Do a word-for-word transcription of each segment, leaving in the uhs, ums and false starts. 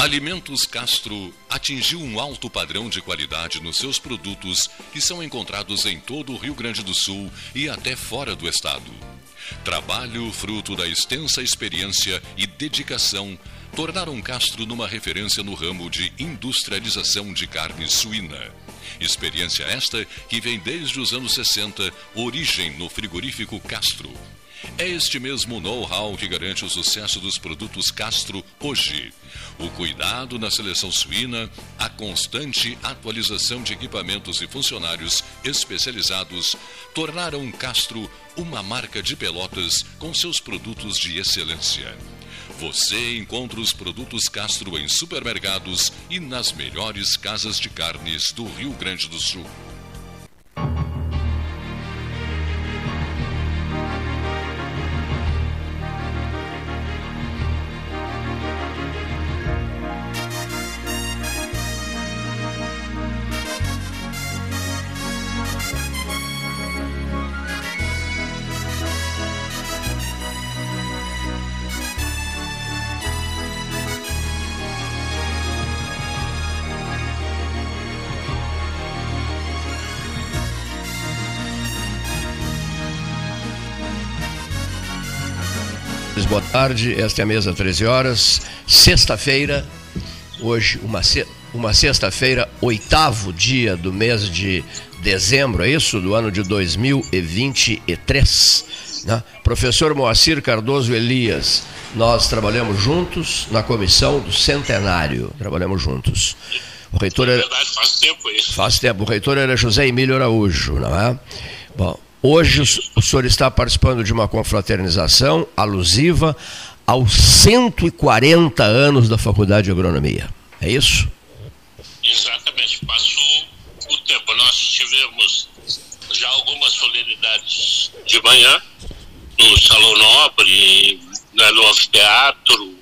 Alimentos Castro atingiu um alto padrão de qualidade nos seus produtos que são encontrados em todo o Rio Grande do Sul e até fora do estado. Trabalho fruto da extensa experiência e dedicação tornaram Castro numa referência no ramo de industrialização de carne suína. Experiência esta que vem desde os anos sessenta, origem no frigorífico Castro. É este mesmo know-how que garante o sucesso dos produtos Castro hoje. O cuidado na seleção suína, a constante atualização de equipamentos e funcionários especializados tornaram Castro uma marca de Pelotas com seus produtos de excelência. Você encontra os produtos Castro em supermercados e nas melhores casas de carnes do Rio Grande do Sul. Boa tarde, esta é a mesa treze horas, sexta-feira, hoje uma, se, uma sexta-feira, oitavo dia do mês de dezembro, é isso? Do ano de dois mil e vinte e três, né? Professor Moacir Cardoso Elias, nós trabalhamos juntos na comissão do centenário, trabalhamos juntos. O reitor era, é verdade, faz tempo isso. Faz tempo, o reitor era José Emílio Araújo, não é? Bom, hoje o senhor está participando de uma confraternização alusiva aos cento e quarenta anos da Faculdade de Agronomia. É isso? Exatamente. Passou o tempo. Nós tivemos já algumas solenidades de manhã no Salão Nobre, no anfiteatro,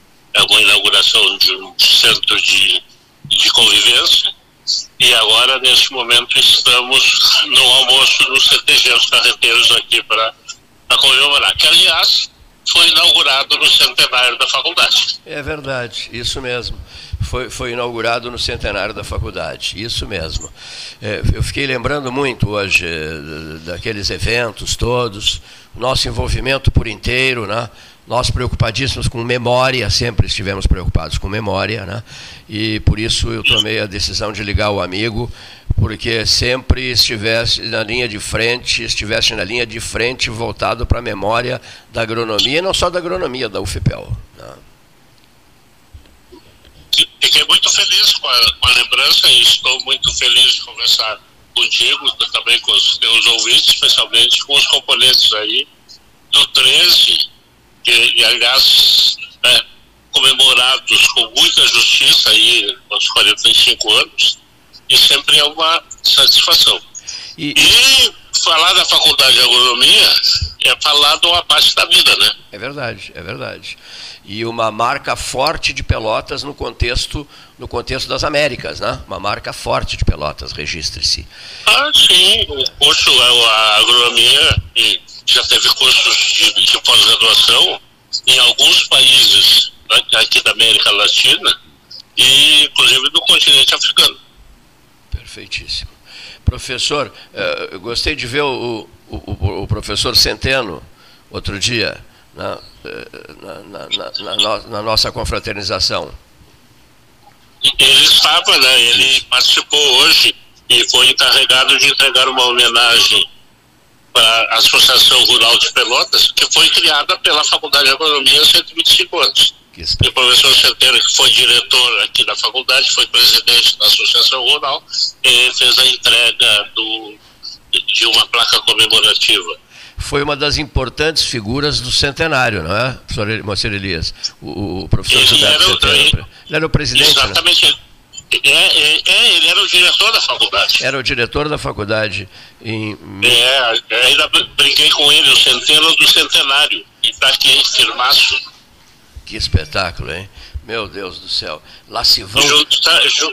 uma inauguração de um centro de, de convivência. E agora, nesse momento, estamos no almoço no C T G, os carreteiros aqui para comemorar, que, aliás, foi inaugurado no centenário da faculdade. É verdade, isso mesmo. Foi, foi inaugurado no centenário da faculdade, isso mesmo. É, eu fiquei lembrando muito hoje é, daqueles eventos todos, nosso envolvimento por inteiro, né? Nós preocupadíssimos com memória, sempre estivemos preocupados com memória, né? E por isso eu tomei a decisão de ligar o amigo, porque sempre estivesse na linha de frente, estivesse na linha de frente voltado para a memória da agronomia, e não só da agronomia, da U F P E L. Né? Fiquei muito feliz com a, com a lembrança e estou muito feliz de conversar contigo, também com os teus ouvintes, especialmente com os componentes aí do treze, E, e, aliás, é, comemorados com muita justiça aí aos quarenta e cinco anos, e sempre é uma satisfação. E, e falar da Faculdade de Agronomia é falar de uma parte da vida, né? É verdade, é verdade. E uma marca forte de Pelotas no contexto, no contexto das Américas, né? Uma marca forte de Pelotas, registre-se. Ah, sim, o curso, a agronomia, e já teve cursos de, de pós-graduação em alguns países aqui da América Latina e inclusive do continente africano. Perfeitíssimo. Professor, eu gostei de ver o, o, o professor Centeno outro dia na, na, na, na, na, na nossa confraternização. Ele estava, né? Ele participou hoje e foi encarregado de entregar uma homenagem para a Associação Rural de Pelotas, que foi criada pela Faculdade de Agronomia há cento e vinte e cinco anos. E o professor Centeno, que foi diretor aqui da faculdade, foi presidente da Associação Rural, e fez a entrega do, de uma placa comemorativa. Foi uma das importantes figuras do centenário, não é, professor Moacir Elias? O, o professor Gilberto Centeno. Ele, ele era o presidente, exatamente. Né? É, é, é, ele era o diretor da faculdade. Era o diretor da faculdade. Em... É, ainda brinquei com ele, o Centeno do Centenário. E está aqui, firmaço. Que espetáculo, hein? Meu Deus do céu. Lá se vão... Junta, jun...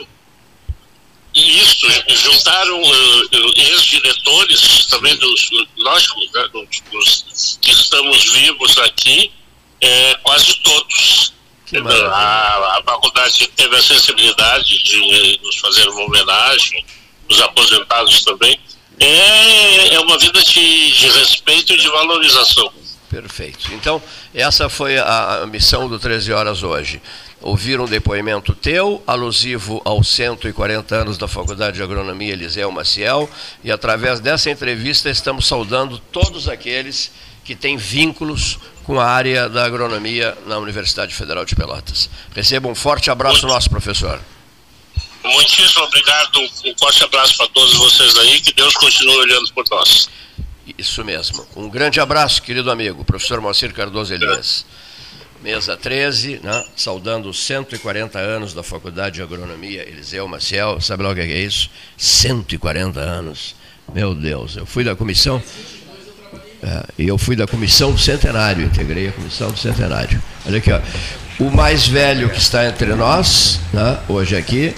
Isso, juntaram uh, ex-diretores também dos, lógico, né, dos, dos que estamos vivos aqui, é, quase todos. A, a, faculdade teve a sensibilidade de nos fazer uma homenagem, os aposentados também. É, é uma vida de, de respeito e de valorização. Perfeito. Então, essa foi a, a missão do treze horas hoje. Ouvir um depoimento teu, alusivo aos cento e quarenta anos da Faculdade de Agronomia Eliseu Maciel, e através dessa entrevista estamos saudando todos aqueles que têm vínculos com a área da agronomia na Universidade Federal de Pelotas. Receba um forte abraço do nosso professor. Muitíssimo obrigado, um forte abraço para todos vocês aí, que Deus continue olhando por nós. Isso mesmo. Um grande abraço, querido amigo, professor Moacir Cardoso Elias. Mesa treze, né, saudando os cento e quarenta anos da Faculdade de Agronomia Eliseu Maciel. Sabe lá o que é isso? cento e quarenta anos. Meu Deus, eu fui da comissão... É, e eu fui da comissão do centenário, integrei a comissão do centenário. Olha aqui, ó. O mais velho que está entre nós, né, hoje aqui,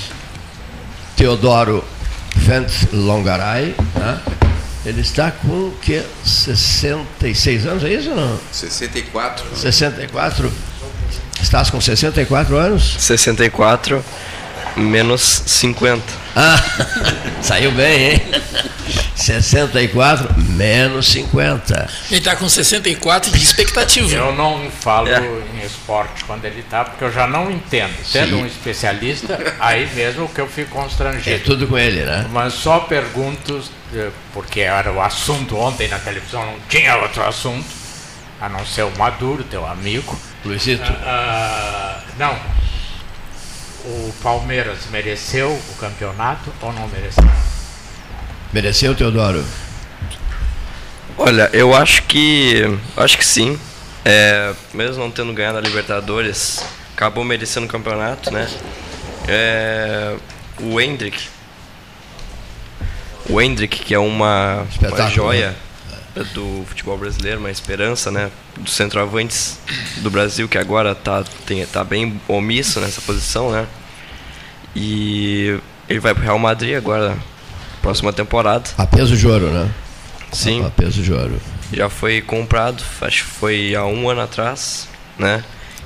Teodoro Fent Longaray, né, ele está com que, sessenta e seis anos, é isso ou não? sessenta e quatro. sessenta e quatro. Estás com sessenta e quatro anos? sessenta e quatro menos cinquenta. Ah, saiu bem, hein? sessenta e quatro menos cinquenta. Ele está com sessenta e quatro de expectativa. Eu não falo É. em esporte quando ele está, porque eu já não entendo. Sendo um especialista, aí mesmo que eu fico É constrangido. tudo com ele, né? Mas só pergunto, eh, porque era o assunto ontem na televisão, não tinha outro assunto, a não ser o Maduro, teu amigo. Luizito. Ah, não. O Palmeiras mereceu o campeonato ou não mereceu? Mereceu, Teodoro? Olha, eu acho que acho que sim. É, mesmo não tendo ganhado a Libertadores, acabou merecendo o campeonato, né? É, o Hendrick, o Hendrick, que é uma, uma Espetáculo, joia do futebol brasileiro, uma esperança, né? Dos centroavantes do Brasil, que agora tá, tem, tá bem omisso nessa posição, né? E ele vai pro Real Madrid agora, próxima temporada. A peso de ouro, né? Sim. A peso de ouro. Já foi comprado, acho que foi há um ano atrás, né?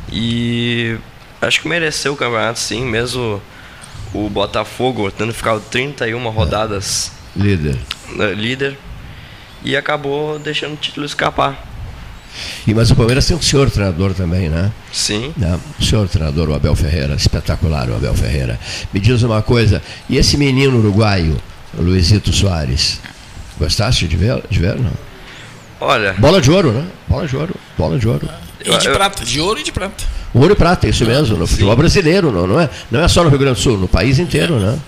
E acho que mereceu o campeonato, sim, mesmo o Botafogo tendo ficado trinta e uma rodadas Líder. né, líder, e acabou deixando o título escapar. E, mas o Palmeiras tem um senhor treinador também, né? Sim. Né? O senhor treinador, o Abel Ferreira, espetacular o Abel Ferreira. Me diz uma coisa, e esse menino uruguaio, o Luizito Soares, gostaste de ver, de ver, não? Olha, Bola de ouro, né? Bola de ouro, bola de ouro. E de eu- prata, de ouro e de prata. Ouro e prata, isso mesmo, no futebol brasileiro, não, não, é, não é só no Rio Grande do Sul, no país inteiro, né?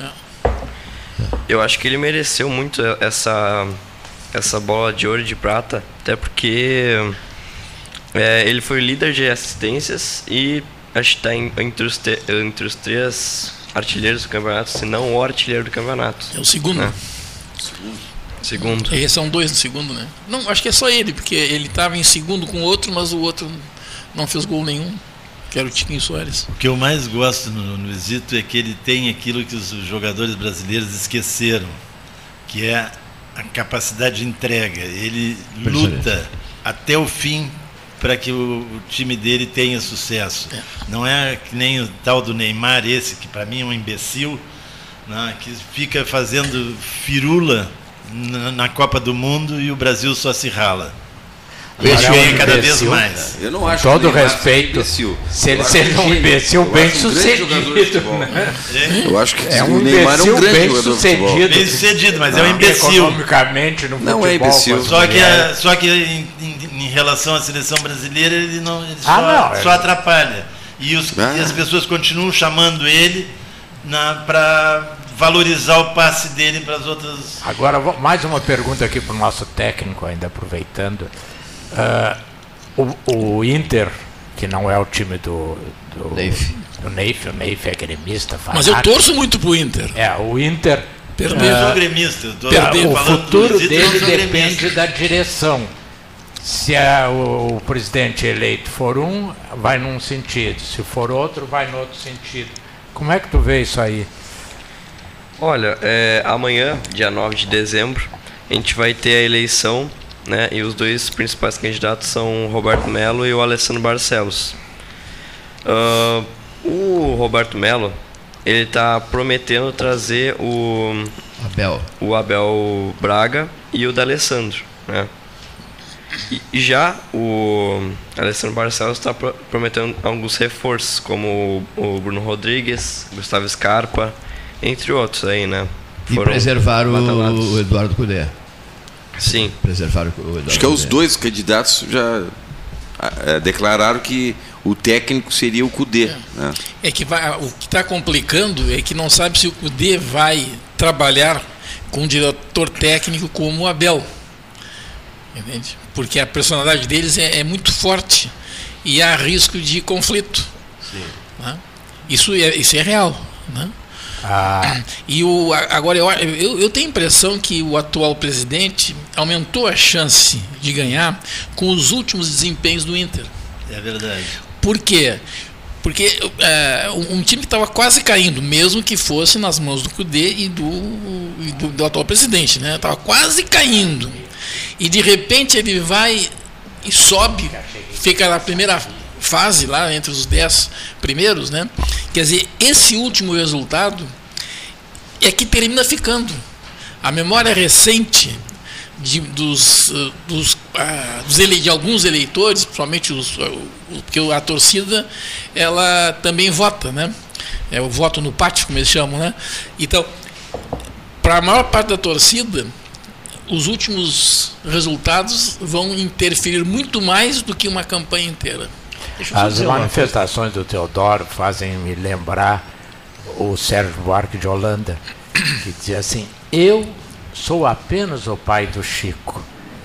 eu acho que ele mereceu muito essa, essa bola de ouro e de prata, até porque é, ele foi o líder de assistências e acho que está entre os, te- entre os três artilheiros do campeonato, se não o artilheiro do campeonato. É o segundo. É. Segundo. E são dois no segundo, né? Não, acho que é só ele, porque ele estava em segundo com o outro, mas o outro não fez gol nenhum, que era o Tiquinho Soares. O que eu mais gosto no, no Luizito é que ele tem aquilo que os jogadores brasileiros esqueceram, que é a capacidade de entrega. Ele luta até o fim para que o, o time dele tenha sucesso. É. Não é que nem o tal do Neymar, esse que para mim é um imbecil, né, que fica fazendo firula na, na Copa do Mundo e o Brasil só se rala. E ele Olha, ganha um cada vez imbecil. mais. Eu não acho Todo que o Neymar respeito. seja imbecil. Se ele Eu acho seja um gênio. imbecil Eu bem acho um grande jogador de sucedido, futebol. né? Eu acho que É um o Neymar é um imbecil grande bem jogador de futebol. sucedido. Bem sucedido, mas é um Não, imbecil. Economicamente no Não futebol, é imbecil. com as Só que, mulheres. a- só que em, em- em relação à seleção brasileira, ele, não, ele Ah, só, não, só ele- atrapalha. E, os- Ah. e as pessoas continuam chamando ele para valorizar o passe dele para as outras. Agora, vou- mais uma pergunta aqui para o nosso técnico, ainda aproveitando. Ah, o, o Inter, que não é o time do, do Neif. do Neif, o Neif é gremista, Mas eu fanático. torço muito pro Inter. É, o Inter, Eu Perder. não sou gremista, eu tô Perder. o falando do futuro Luizito, eu não dele sou depende gremista. da direção. Se é o, o presidente eleito for um, vai num sentido. Se for outro, vai no outro sentido. Como é que tu vê isso aí? Olha, é, amanhã, dia nove de dezembro, a gente vai ter a eleição, né? E os dois principais candidatos são o Roberto Melo e o Alessandro Barcelos. Ah, O Roberto Melo, ele está prometendo trazer o Abel. o Abel Braga e o D'Alessandro, né? E, e já o Alessandro Barcelos está pro, prometendo alguns reforços, como o, o Bruno Rodrigues, Gustavo Scarpa, entre outros aí, né? E Foram preservar batalhados. o, o Eduardo Cudê. Sim. Preservar o Eduardo Acho que é os Cudê. dois candidatos já é, declararam que o técnico seria o Cudê. É, né? é que vai, o que está complicando é que não sabe se o Cudê vai trabalhar com um diretor técnico como o Abel. Entende? Porque a personalidade deles é, é muito forte e há risco de conflito. Sim. Né? Isso, é, isso é real. Né? Ah, E o, agora eu, eu, eu tenho a impressão que o atual presidente aumentou a chance de ganhar com os últimos desempenhos do Inter. É verdade. Por quê? Porque é, um time que estava quase caindo, mesmo que fosse nas mãos do Cudê e do, e do, do atual presidente, né? Estava quase caindo. E de repente ele vai e sobe, fica na primeira fase lá, entre os dez primeiros, né? Quer dizer, esse último resultado é que termina ficando. A memória recente de, dos, dos, ah, dos ele, de alguns eleitores, principalmente os, porque a torcida, ela também vota, né? É o voto no pátio, como eles chamam, né? Então, para a maior parte da torcida, os últimos resultados vão interferir muito mais do que uma campanha inteira. Deixa eu só as dizer uma manifestações do Teodoro fazem me lembrar o Sérgio Buarque de Holanda, que dizia assim: eu sou apenas o pai do Chico.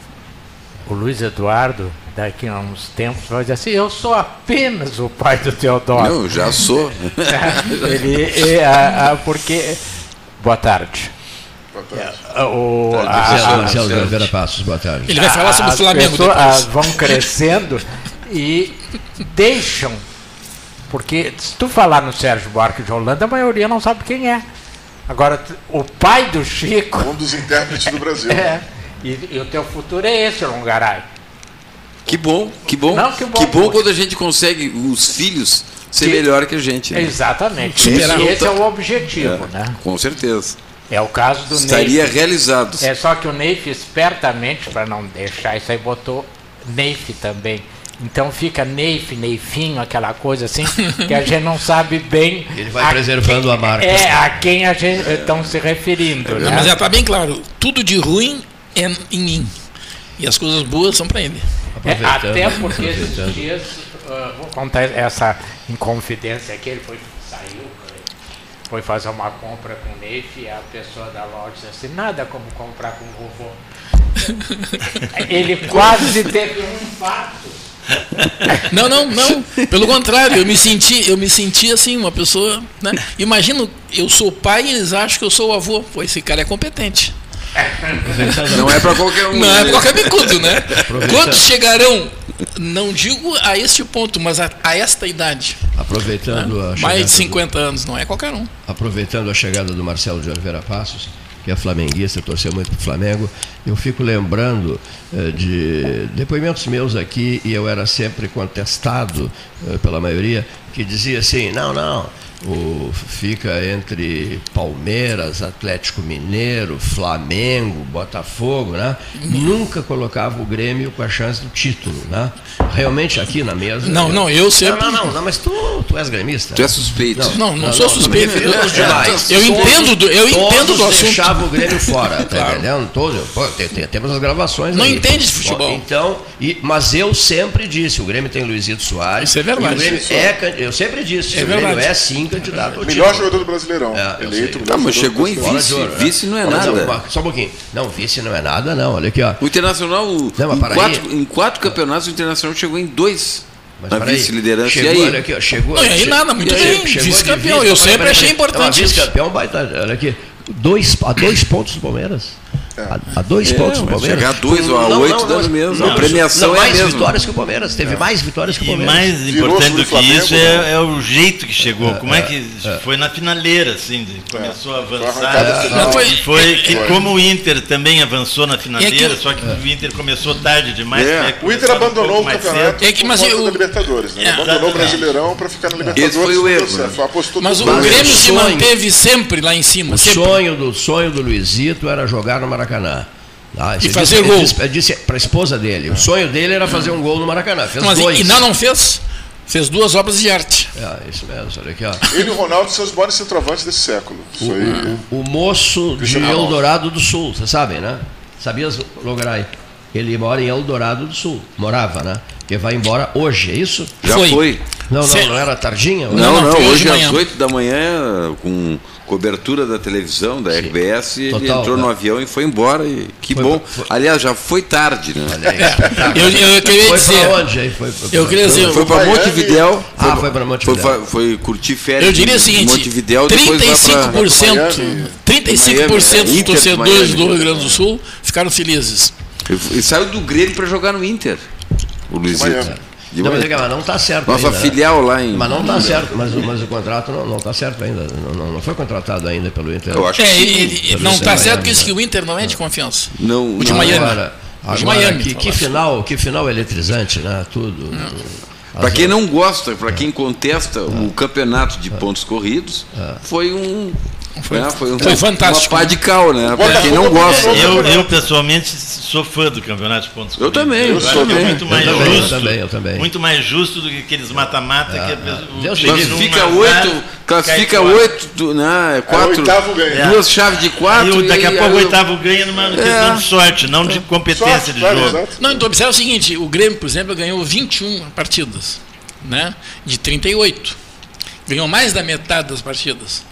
O Luiz Eduardo, daqui a uns tempos, vai dizer assim: eu sou apenas o pai do Teodoro. Não, eu já sou. Ele, é, a, a, porque... Boa tarde. Boa tarde. É, o, a- Marcelo, a- Marcelo de Oliveira Passos, boa tarde. Ele vai falar sobre o as Flamengo pessoas depois. vão crescendo e deixam, porque se tu falar no Sérgio Buarque de Holanda, a maioria não sabe quem é. Agora, tu- o pai do Chico, Um dos intérpretes do Brasil. é, e, e o teu futuro é esse, Longaray. Que bom, que bom. Não, que bom. que bom quando a gente consegue os filhos ser Que- melhor que a gente. né? Exatamente. Superar. Esse, esse é o objetivo, É, né? Com certeza. É o caso do Estaria Neif. realizado. É só que o Neif, espertamente, para não deixar isso aí, botou Neif também. Então fica Neif, Neifinho, aquela coisa assim, que a gente não sabe bem. Ele vai preservando a marca. É, a quem a gente estão se referindo. Não, né? mas já está bem claro, tudo de ruim é em mim. E as coisas boas são para ele. É, Aproveitando, até porque esses aproveitando. dias, uh, vou contar essa inconfidência aqui, ele foi, saiu, foi fazer uma compra com o Neif e a pessoa da loja disse assim: nada como comprar com o vovô. Ele quase teve um infarto. Não, não, não. Pelo contrário, eu me senti, eu me senti assim, uma pessoa, né? Imagino, eu sou pai e eles acham que eu sou o avô. Pô, esse cara é competente. Não é para qualquer um. Não é né? qualquer bicudo, né? Quantos chegarão, não digo a este ponto, mas a, a esta idade? Aproveitando a Mais chegada de cinquenta anos, não é qualquer um. do, aproveitando a chegada do Marcelo de Oliveira Passos, que é flamenguista, torceu muito para o Flamengo, eu fico lembrando eh, de depoimentos meus aqui, e eu era sempre contestado eh, pela maioria, que dizia assim: não, não, o, fica entre Palmeiras, Atlético Mineiro, Flamengo, Botafogo, né? Nunca colocava o Grêmio com a chance do título, né? Realmente aqui na mesa... Não, não, eu sempre- Não, não, não, não, mas tu, tu és gremista. Tu é suspeito. Não, não sou suspeito. me refiro aos demais. Eu entendo do- eu Todos entendo do assunto. deixavam o Grêmio fora, tá Claro. entendendo? Todos, pô, tem, tem- temos as gravações Não aí. entende de futebol. Bom, então, e, mas eu sempre disse, o Grêmio tem Luizito Soares. Isso é verdade. e o Grêmio é, can- eu sempre disse, É o Grêmio verdade. é sim candidato ao Melhor título. jogador do Brasileirão. É, eu eleito sei. melhor Ah, mas jogador chegou do em Brasileirão. Fora de ouro, né? vice não é Mas nada. não, só um pouquinho. Não, vice não é nada, não. Olha aqui, ó. O Internacional, Não, mas em, para quatro, aí. em quatro campeonatos, o Internacional chegou em dois Mas na peraí, vice-liderança. E chegou, aí? olha aqui, ó, chegou. Não, e aí che- nada, muito che- bem, chegou de vice-campeão. vice- Eu peraí, sempre peraí, achei peraí. importante Não, isso. vice-campeão, baita, olha aqui. Dois, a dois pontos do Palmeiras. A, a dois É, pontos do mas Palmeiras. chegar a dois ou a Não, oito não, dando não, mesmo. não, A premiação não, é a mais mesma. vitórias que o Palmeiras. Teve mais vitórias que o E Palmeiras. mais Virou importante sobre do o que Flamengo, isso né? é, é o jeito que chegou. Como é que foi na finaleira, assim, de- começou a arrancada avançar. final. Não, foi- E foi que, Foi. como o Inter também avançou na finaleira, É que- só que o Inter começou tarde demais. É. né, O Inter começaram um abandonou pouco o mais campeonato cedo. É que- por mas conta eu- da Libertadores. Né? É, Abandonou o exatamente. Brasileirão para ficar na Libertadores. Esse foi o não deu erro, certo. né? Apostou Mas o tudo no Mas Grêmio o se sonho- manteve sempre lá em cima. O sempre. sonho do, sonho do Luizito era jogar no Maracanã. Ah, E ele fazer disse, gol. Ele disse, ele disse para a esposa dele. O sonho dele era fazer um gol no Maracanã. Fez Mas, dois. e não, não fez? Fez duas obras de arte. É, isso mesmo, olha aqui, ó. Ele e o Ronaldo são os maiores centroavantes desse século. Isso aí. O, o moço de Cristiano Ronaldo. Eldorado do Sul, vocês sabem, né? Sabias, Logaray? Ele mora em Eldorado do Sul. Morava, né? Que vai embora hoje, é isso? Já Foi. foi. Não, não, Cê- não era tardinha? Não, Não, não, foi hoje hoje de às manhã. oito da manhã, com cobertura da televisão, da R B S, ele Total, entrou né? no avião e foi embora. E que Foi- bom. foi- Aliás, já foi tarde, né? Olha aí, espetáculo. Eu, eu queria Foi dizer. pra onde aí? Foi, foi Eu queria dizer. Foi para Miami. Montevidéu. Ah, foi pra Montevidéu. Foi, fa- foi curtir férias Eu diria o em seguinte: Montevidéu, depois trinta e cinco vai por cento, Miami. trinta e cinco por cento dos Inter de torcedores Miami. do Rio Grande do Sul ficaram felizes. pra... Ele saiu do Grêmio para jogar no Inter. O Luizito. Miami. De Não, mas, Miami. é que, mas não está certo Nossa ainda. né? filial lá em. Mas não está certo, mas, o- mas o contrato não está certo ainda. Não, não, não foi contratado ainda pelo Inter. Eu acho que É, sim. ele, ele- Pelo não Inter está de certo Miami, porque diz né? que o Inter não é de confiança. Não, O de não- Miami. Agora, O de agora Miami, que, eu que acho. final, que final eletrizante, né? Tudo. Para quem não gosta, para quem contesta o campeonato de pontos corridos, foi um. Foi- né, foi, um- foi fantástico, Uma pá de cal, né? Para quem não Botafogo gosta. abandonou. Eu, eu, pessoalmente, sou fã do campeonato de pontos Eu corridos. também, eu acho sou que é também. muito mais Eu também, eu justo. também, eu também. Muito mais justo do que aqueles mata-mata que a pessoa- o Deus time me livre. num Classifica azar, oito, classifica cai fora. oito, do- né? Quatro, oitavo ganha. duas chaves de quatro. Aí, o- daqui e a aí- pouco o aí- oitavo ganha numa questão de sorte, não de competência Sorte, de claro, jogo. exato. Não, então observa o seguinte: o Grêmio, por exemplo, ganhou vinte e uma partidas, né? De trinta e oito. Ganhou mais da metade das partidas.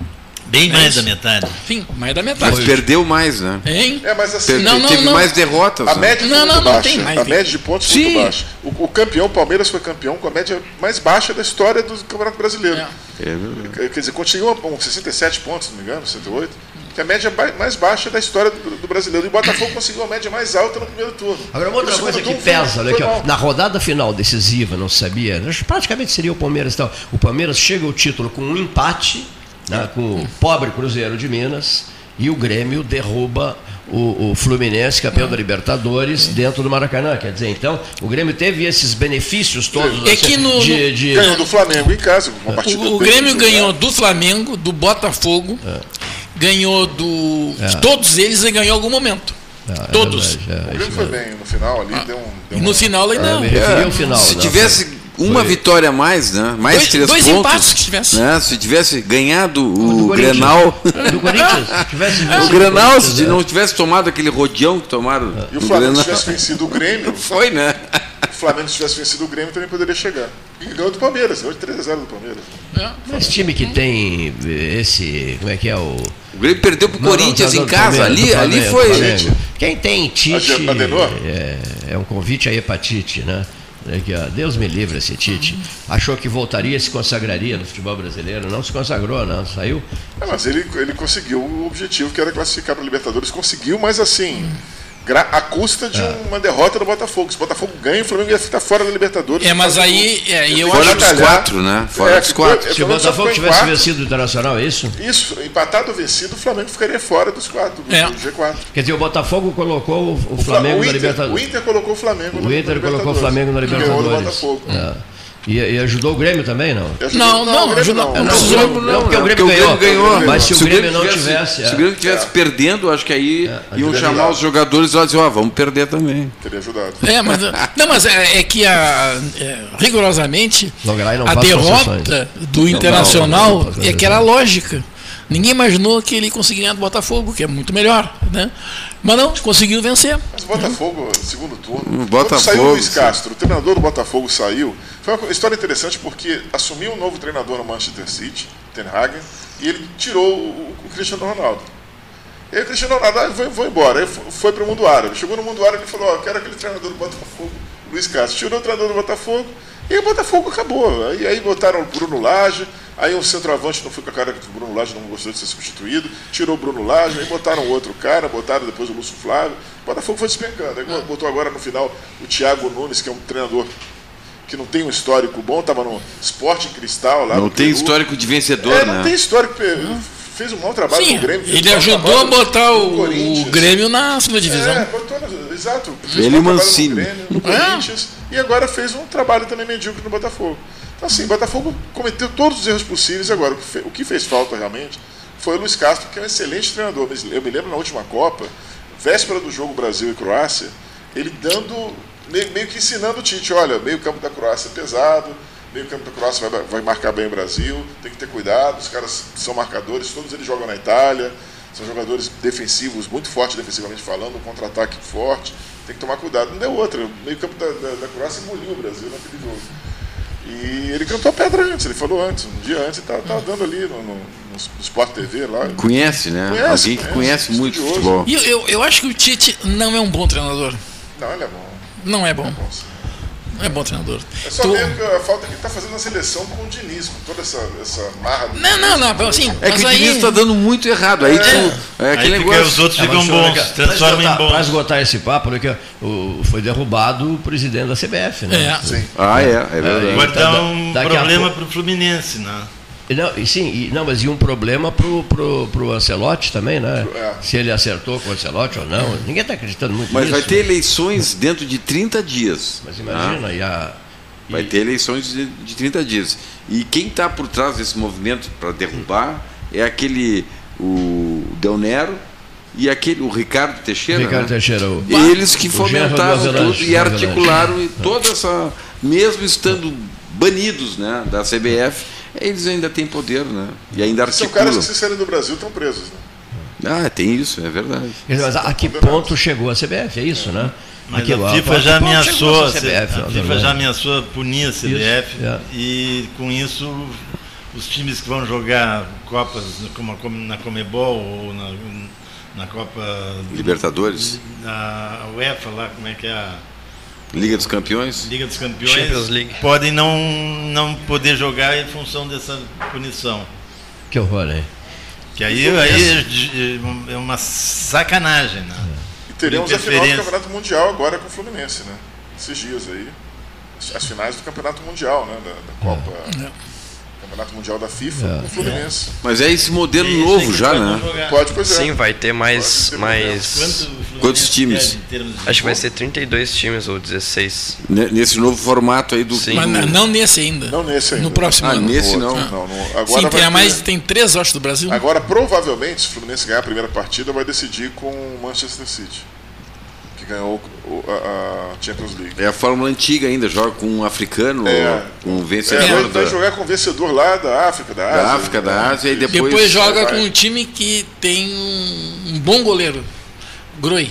Bem É mais isso. da metade. Enfim, mais da metade. Mas perdeu mais, né? Hein? É, mas assim, Teve, Não, não, teve não. mais derrotas. a né? média foi Não, muito não, não baixa. tem mais, a tem. média de pontos Sim. muito baixa. O, o campeão, o Palmeiras foi campeão com a média mais baixa da história do Campeonato Brasileiro. É. É verdade. Quer quer dizer, conseguiu um sessenta e sete pontos, se não me engano, sessenta e oito, que é a média ba- mais baixa da história do, do brasileiro. E o Botafogo conseguiu a média mais alta no primeiro turno. Agora, uma outra No coisa segundo que turno, pesa, foi- olha aqui, foi ó, mal. na rodada final decisiva, não sabia, praticamente seria o Palmeiras e tal. O Palmeiras chega ao título com um empate, né, com o pobre Cruzeiro de Minas, e o Grêmio derruba o, o Fluminense, campeão da Libertadores, dentro do Maracanã. Quer dizer, então, o Grêmio teve esses benefícios todos É assim, que no- de, de- Ganhou do Flamengo em casa, uma partida O, o bem Grêmio jogada. ganhou do Flamengo, do Botafogo, ganhou do. De todos eles e ganhou em algum momento. Ah, é Todos. verdade, é, O isso Grêmio foi mesmo. bem no final ali, deu um. Deu E no uma- final ainda Eu não. me referi ao final. Se né? tivesse uma foi- vitória a mais, né? Mais Dois- três dois pontos. empates que tivesse. Né? Se tivesse ganhado do o Corinthians. Grenal. Do Corinthians, se tivesse O vencido Grenal, Corinthians, se né? não tivesse tomado aquele rodeão que tomaram. E o no Flamengo Grenal. tivesse vencido o Grêmio, Foi, né? o Flamengo tivesse vencido o Grêmio também poderia chegar. E ganhou do Palmeiras, ganhou de três a zero do Palmeiras. É. Mas time que tem esse, como é que é o... O Grêmio perdeu pro Não, não, Corinthians não, em do casa. Flamengo, Ali, do ali Flamengo, foi. do Flamengo. Quem tem Tite Ade- Adenor? é, é um convite à hepatite, né? É que, ó, Deus me livre esse Tite. Achou que voltaria, se consagraria no futebol brasileiro. Não se consagrou, não. Saiu. É, mas ele, ele conseguiu o objetivo que era classificar para a Libertadores. Conseguiu, mas assim, gra- à custa de uma derrota do Botafogo. Se o Botafogo ganha, o Flamengo ia ficar fora da Libertadores. É, mas Por causa aí. do- É, e eu Fora acho Fora dos Batalhar. quatro, né? Fora É, dos ficou- quatro. é, Se o Flamengo só Botafogo ficou em tivesse quarto. vencido o Internacional, é isso? Isso, empatado ou vencido, o Flamengo ficaria fora dos quatro, do, É. do G quatro. Quer dizer, o Botafogo colocou o, o O Fla- Flamengo o na Inter, Libertadores. o Inter colocou o Flamengo O na- Inter na colocou o Libertadores. Flamengo na E ganhou do Libertadores. Botafogo. É. E, e ajudou o Grêmio também, não? E ajudou- Não, não, o Grêmio ajuda- não. não Não, precisou- não, não, porque o Grêmio Porque ganhou. ganhou. Mas se o o Grêmio não tivesse- tivesse... Se é. o Grêmio estivesse perdendo, acho que aí iam ajudaria. chamar os jogadores e lá dizer, ó, vamos perder também. Teria ajudado. É, mas, não, mas é, é que a, é, rigorosamente Logaray não a faz derrota do Internacional não, não, não, não, é que era lógica. Ninguém imaginou que ele conseguiria ganhar do Botafogo, que é muito melhor, né? Mas não, conseguiu vencer. Mas o Botafogo, segundo turno, Hum, quando Botafogo, saiu o Luiz sim. Castro, o treinador do Botafogo saiu, foi uma história interessante porque assumiu um novo treinador no Manchester City, Ten Hag, e ele tirou o, o Cristiano Ronaldo. E aí o Cristiano Ronaldo ah, vou, vou embora, aí foi, foi para o mundo árabe. Chegou no mundo árabe e falou, ó, eu quero aquele treinador do Botafogo, Luiz Castro. Tirou o treinador do Botafogo E aí o Botafogo acabou. E aí botaram o Bruno Lage, aí o centroavante não foi com a cara que o Bruno Lage não gostou de ser substituído, tirou o Bruno Lage, aí botaram outro cara, botaram depois o Lúcio Flávio. O Botafogo foi despencando. Aí botou agora no final o Thiago Nunes, que é um treinador que não tem um histórico bom, estava no Sporting Cristal lá. Não tem Peru. Histórico de vencedor, é, né? Não tem histórico. Fez um mau trabalho Sim, no Grêmio. Ele ajudou a botar o, o Grêmio na segunda divisão. É, botou, exato. Fez Ele e um o Mancini. No Grêmio, no Corinthians, é. E agora fez um trabalho também medíocre no Botafogo. Então, assim, o Botafogo cometeu todos os erros possíveis. Agora, o que, fez, o que fez falta realmente foi o Luiz Castro, que é um excelente treinador. Eu me lembro na última Copa, véspera do jogo Brasil e Croácia, ele dando, meio, meio que ensinando o Tite: olha, meio campo da Croácia é pesado, meio campo da Croácia vai, vai marcar bem o Brasil, tem que ter cuidado, os caras são marcadores, todos eles jogam na Itália, são jogadores defensivos, muito fortes defensivamente falando, um contra-ataque forte, tem que tomar cuidado. Não deu outra, o meio campo da, da, da Croácia engoliu o Brasil naquele jogo. E ele cantou a pedra antes, ele falou antes, um dia antes, ele estava dando ali no, no, no Sport T V lá. Conhece, né? Conhece, Alguém que conhece, conhece muito futebol. E eu, eu, eu acho que o Tite não é um bom treinador. Não, ele é bom. Não é bom. É bom, Não é bom treinador. É só tu... ver a falta que ele está fazendo na seleção com o Diniz, com toda essa, essa marra do Não, não, não, assim, é que o aí... Diniz está dando muito errado. Aí, é. tu, é aquele aí negócio. os outros é, ficam bons, se transformam em bons. Para esgotar esse papo, né, que o, foi derrubado o presidente da C B F, né? É. Sim. Ah, é, é verdade. Agora Então, dá um daqui a problema pouco- para o Fluminense, né? E Não, e sim, e, não, mas e um problema pro, pro, pro Ancelotti também, né? É. Se ele acertou com o Ancelotti ou não. Ninguém está acreditando muito Mas nisso. vai ter eleições dentro de trinta dias. Mas imagina, tá? e a. Vai e- ter eleições de, de trinta dias. E quem está por trás desse movimento para derrubar é aquele, o Del Nero e aquele, o Ricardo Teixeira. Ricardo né? Teixeira, o- Eles que o fomentaram genro do tudo Avelange, e do articularam Avelange. toda essa. Mesmo estando banidos, né, da C B F, eles ainda têm poder, né? E ainda São caras articulam. que, se saírem do Brasil, estão presos. Né? Ah, tem isso, é verdade. Mas a que ponto chegou a C B F? É isso, né? Mas Aquilo, a FIFA já que ponto chegou ameaçou, essa C B F, a na FIFA verdade? já ameaçou punir a C B F Isso, é. e com isso os times que vão jogar Copas como a- na Comebol ou na, na Copa Libertadores, na UEFA lá, como é que é a Liga dos Campeões. Liga dos Campeões, Champions League. podem não, não poder jogar em função dessa punição. Que horror, hein? Que aí, aí é uma sacanagem, né? E teremos a final do Interferência. Campeonato Mundial agora com o Fluminense, né? Esses dias aí. As- As finais do Campeonato Mundial, né? Da, da Copa. Campeonato Mundial da FIFA com o Fluminense. Mas é esse modelo Isso, novo tem que já, pode né? jogar. Pode, pois é. Sim, vai ter mais. Pode ter mais Quanto o Fluminense Quantos times? quer em termos de acho que vai pontos? ser trinta e dois times ou dezesseis. Ne- Nesse novo formato aí do. Sim. Mas do- não- não nesse ainda. Não nesse ainda. No próximo Ah, ano. nesse não. Não, não. Agora Sim, vai tem, a ter- mais, tem três, eu acho, do Brasil. Agora, provavelmente, se o Fluminense ganhar a primeira partida, vai decidir com o Manchester City, que ganhou o- a, a Champions League. É a fórmula antiga ainda, joga com um africano, É. com um É, vencedor vai, da, vai jogar com o vencedor lá da África, da Ásia. da África, da Ásia, e depois. Depois joga vai. com um time que tem um, um bom goleiro. Groi.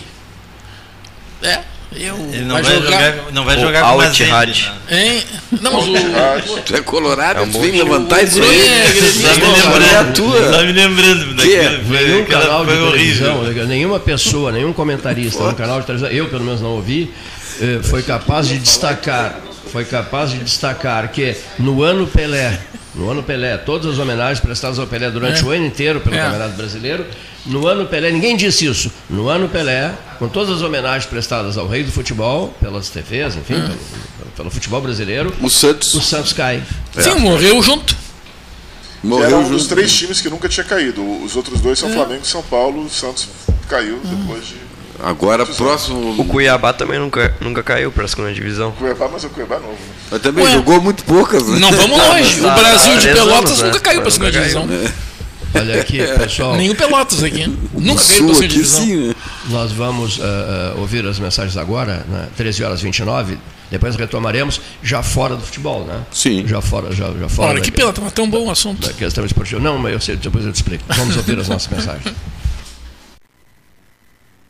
É, eu. Ele não vai, jogar, não vai O jogar com Al mais Ittihad. gente, né? Hein? Não, mas o. Tu é colorado, É um tu bom vem time. levantar isso Groi aí. é gremista. Só me Qual é a lembrando, tua? só me lembrando daquilo. foi- Nenhum aquela canal de foi televisão, horrível. nenhuma pessoa, nenhum comentarista no canal de televisão, eu pelo menos não ouvi, eh, foi capaz de destacar, foi capaz de destacar que no ano Pelé, no ano Pelé, todas as homenagens prestadas ao Pelé durante É. o ano inteiro pelo É. Campeonato Brasileiro, no ano Pelé, ninguém disse isso, no ano Pelé, com todas as homenagens prestadas ao rei do futebol, pelas T Vs, enfim, É. pelo, pelo futebol brasileiro, O Santos o Santos cai. Sim, morreu junto. Que morreu era um dos junto. três times que nunca tinha caído. Os outros dois são Flamengo e São Paulo. O Santos caiu depois de. Agora, próximo. O Cuiabá também nunca, nunca caiu para a segunda divisão. Cuiabá, mas o Cuiabá é novo. Né? Mas também Ué. jogou muito poucas, né? Não vamos longe. O Tá, Brasil tá, de dez Pelotas anos, né? nunca caiu para a segunda Nunca divisão. caiu. Olha aqui, pessoal. Nem o Pelotas aqui. Nunca O caiu para a Sul segunda aqui divisão. sim, né? Nós vamos uh, uh, ouvir as mensagens agora, né? treze horas e vinte e nove, depois retomaremos, já fora do futebol, né? Sim. Já fora, já, já fora. Olha, que pena, tá tão bom o assunto. Da questão esportiva. Não, mas eu sei, depois eu te explico. Vamos ouvir as nossas mensagens.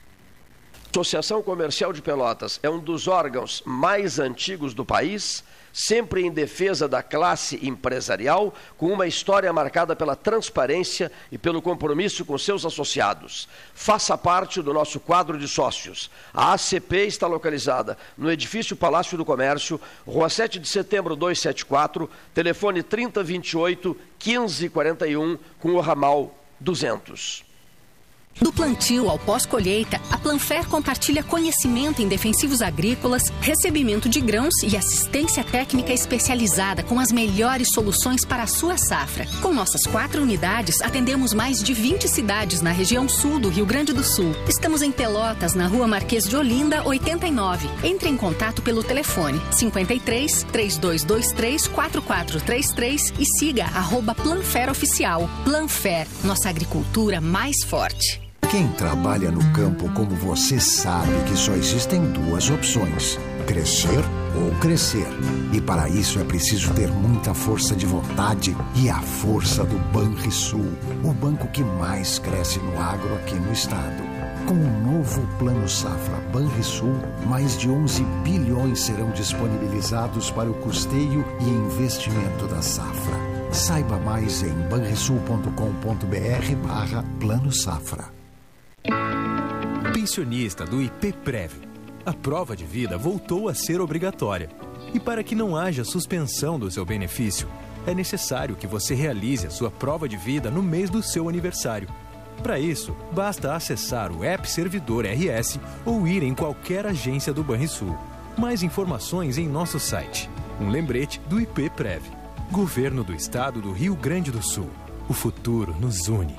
Associação Comercial de Pelotas é um dos órgãos mais antigos do país, sempre em defesa da classe empresarial, com uma história marcada pela transparência e pelo compromisso com seus associados. Faça parte do nosso quadro de sócios. A A C P está localizada no edifício Palácio do Comércio, Rua sete de setembro duzentos e setenta e quatro, telefone trinta, vinte e oito, quinze, quarenta e um, com o ramal duzentos. Do plantio ao pós-colheita, a Planfer compartilha conhecimento em defensivos agrícolas, recebimento de grãos e assistência técnica especializada com as melhores soluções para a sua safra. Com nossas quatro unidades, atendemos mais de vinte cidades na região sul do Rio Grande do Sul. Estamos em Pelotas, na Rua Marquês de Olinda, oitenta e nove. Entre em contato pelo telefone cinquenta e três, trinta e dois vinte e três, quarenta e quatro trinta e três e siga arroba Planfer Oficial. Planfer, nossa agricultura mais forte. Quem trabalha no campo como você sabe que só existem duas opções: crescer ou crescer. E para isso é preciso ter muita força de vontade e a força do Banrisul, o banco que mais cresce no agro aqui no estado. Com o novo Plano Safra Banrisul, mais de onze bilhões serão disponibilizados para o custeio e investimento da safra. Saiba mais em banrisul ponto com ponto br barra Plano Safra. Pensionista do IPPrev. A prova de vida voltou a ser obrigatória. E para que não haja suspensão do seu benefício, é necessário que você realize a sua prova de vida no mês do seu aniversário. Para isso, basta acessar o App Servidor R S ou ir em qualquer agência do Banrisul. Mais informações em nosso site. Um lembrete do IPPrev. Governo do Estado do Rio Grande do Sul. O futuro nos une.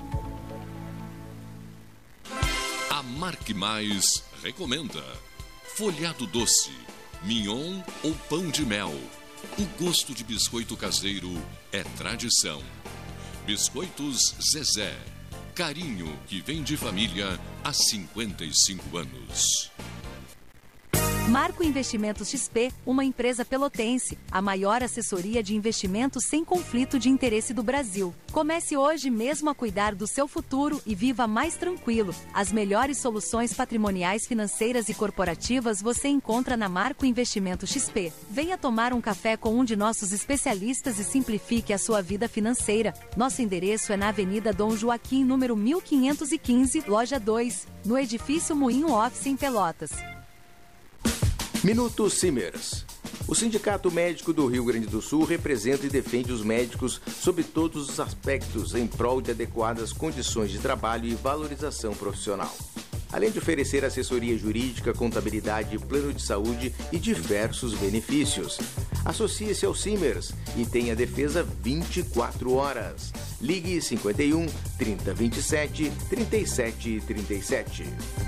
A Marque Mais recomenda folhado doce, mignon ou pão de mel. O gosto de biscoito caseiro é tradição. Biscoitos Zezé, carinho que vem de família há cinquenta e cinco anos. Marco Investimentos X P, uma empresa pelotense, a maior assessoria de investimentos sem conflito de interesse do Brasil. Comece hoje mesmo a cuidar do seu futuro e viva mais tranquilo. As melhores soluções patrimoniais, financeiras e corporativas você encontra na Marco Investimentos X P. Venha tomar um café com um de nossos especialistas e simplifique a sua vida financeira. Nosso endereço é na Avenida Dom Joaquim, número mil quinhentos e quinze, loja dois, no edifício Moinho Office, em Pelotas. Minuto Simers. O Sindicato Médico do Rio Grande do Sul representa e defende os médicos sob todos os aspectos em prol de adequadas condições de trabalho e valorização profissional. Além de oferecer assessoria jurídica, contabilidade, plano de saúde e diversos benefícios. Associe-se ao Simers e tenha defesa vinte e quatro horas. Ligue cinquenta e um, trinta, vinte e sete, trinta e sete, trinta e sete.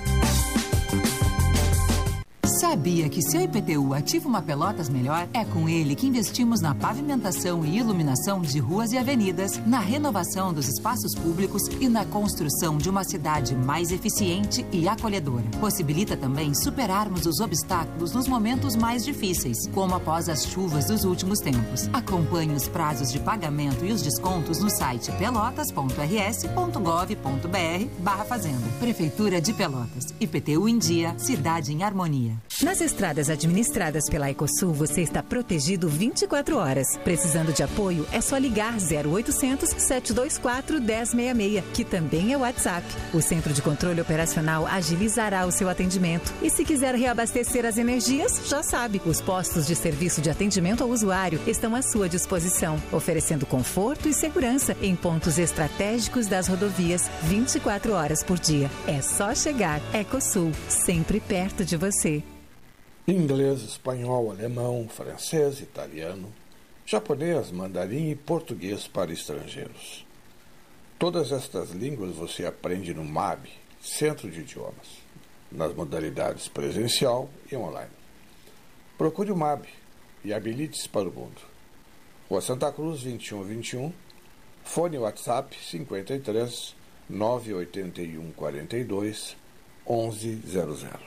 Sabia que seu I P T U ativa uma Pelotas melhor? É com ele que investimos na pavimentação e iluminação de ruas e avenidas, na renovação dos espaços públicos e na construção de uma cidade mais eficiente e acolhedora. Possibilita também superarmos os obstáculos nos momentos mais difíceis, como após as chuvas dos últimos tempos. Acompanhe os prazos de pagamento e os descontos no site pelotas ponto r s ponto gov ponto b r barra fazenda. Prefeitura de Pelotas. I P T U em dia, cidade em harmonia. Nas estradas administradas pela Ecosul, você está protegido vinte e quatro horas. Precisando de apoio, é só ligar zero oitocentos, sete dois quatro, um zero seis seis, que também é WhatsApp. O Centro de Controle Operacional agilizará o seu atendimento. E se quiser reabastecer as energias, já sabe, os postos de serviço de atendimento ao usuário estão à sua disposição, oferecendo conforto e segurança em pontos estratégicos das rodovias vinte e quatro horas por dia. É só chegar. Ecosul, sempre perto de você. Inglês, espanhol, alemão, francês, italiano, japonês, mandarim e português para estrangeiros. Todas estas línguas você aprende no M A B, Centro de Idiomas, nas modalidades presencial e online. Procure o M A B e habilite-se para o mundo. Rua Santa Cruz, vinte e um vinte e um, fone WhatsApp cinquenta e três, nove oito um, quarenta e dois, onze zero zero.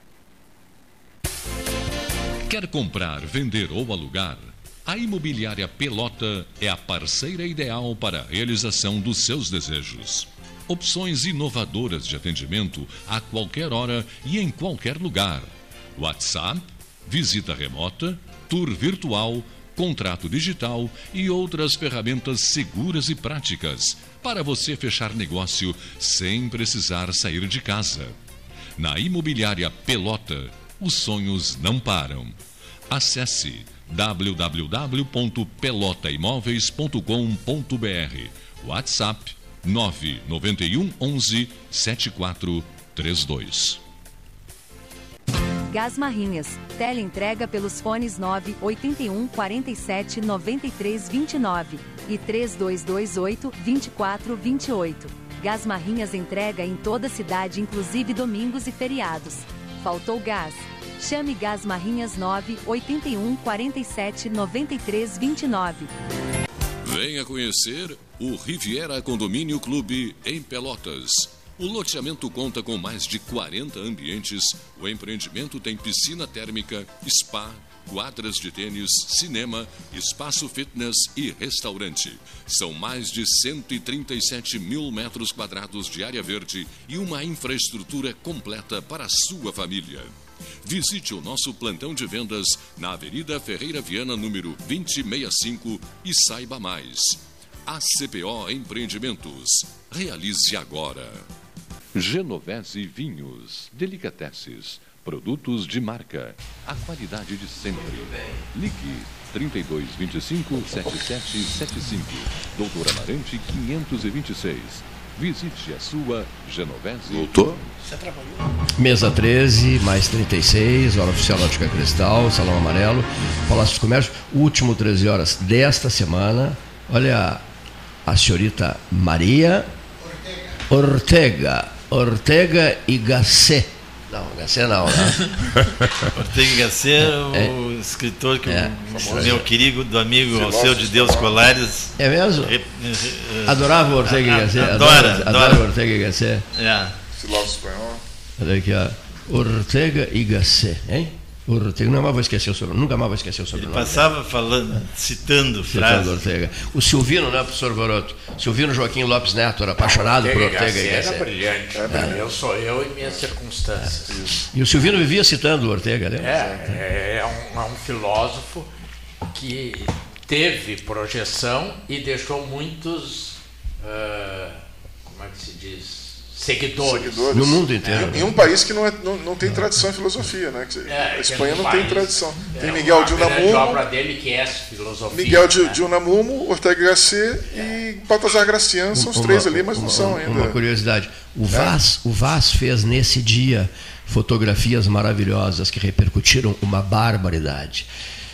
Quer comprar, vender ou alugar? A Imobiliária Pelota é a parceira ideal para a realização dos seus desejos. Opções inovadoras de atendimento a qualquer hora e em qualquer lugar. WhatsApp, visita remota, tour virtual, contrato digital e outras ferramentas seguras e práticas para você fechar negócio sem precisar sair de casa. Na Imobiliária Pelota, os sonhos não param. Acesse w w w ponto pelota imóveis ponto com ponto b r. WhatsApp nove nove um onze sete quatro três dois. Gás Marrinhas. Teleentrega pelos fones nove oito um quatro sete nove três dois nove e três dois dois oito dois quatro dois oito. Gás Marrinhas entrega em toda a cidade, inclusive domingos e feriados. Faltou gás? Chame Gás Marrinhas nove oito um quatro sete nove três dois nove. Venha conhecer o Riviera Condomínio Clube em Pelotas. O loteamento conta com mais de quarenta ambientes. O empreendimento tem piscina térmica, spa, quadras de tênis, cinema, espaço fitness e restaurante. São mais de cento e trinta e sete mil metros quadrados de área verde e uma infraestrutura completa para a sua família. Visite o nosso plantão de vendas na Avenida Ferreira Viana, número vinte e sessenta e cinco e saiba mais. A C P O Empreendimentos. Realize agora. Genovese Vinhos, Delicateces, produtos de marca, a qualidade de sempre. Ligue trinta e dois, vinte e cinco, setenta e sete setenta e cinco, Doutor Amarante quinhentos e vinte e seis. Visite a sua Genovese. Voltou? Mesa treze, mais trinta e seis, hora oficial Ótica Cristal, Salão Amarelo, Palácio do Comércio, último treze horas desta semana. Olha a, a senhorita Maria Ortega. Ortega y Gasset. Não, Gasset não, né? Ortega y Gasset, é, o é, escritor que é, o meu querido do amigo Alceu de Deus Colares. É mesmo? Adorava o Ortega y Gasset. Adora, adora. Adora o Ortega y Gasset. É. Filósofo espanhol. Olha aqui, ó. Ortega y Gasset, hein? Ortega, nunca mais vou esquecer o sobrenome. Nunca mais vou esquecer o sobrenome. Ele passava falando, citando frases. Ortega. O Silvino, né, professor Voroto? Silvino Joaquim Lopes Neto era apaixonado por Ortega y Gasset. Era brilhante. É. Eu sou eu e minhas circunstâncias. É. E o Silvino vivia citando o Ortega, né? É, é um, é um filósofo que teve projeção e deixou muitos, uh, como é que se diz? Seguidores. Seguidores. No mundo inteiro. Em, em um país que não, é, não, não tem tradição em filosofia, né? É, a Espanha é não país, tem tradição. É tem Miguel de Unamuno. A obra dele que é filosofia. Miguel de, né? de Unamuno, Ortega y Gasset é. e Baltasar Gracián, são os uma, três ali, mas não uma, são ainda. Uma curiosidade. O Vaz, é. o Vaz fez nesse dia fotografias maravilhosas que repercutiram uma barbaridade.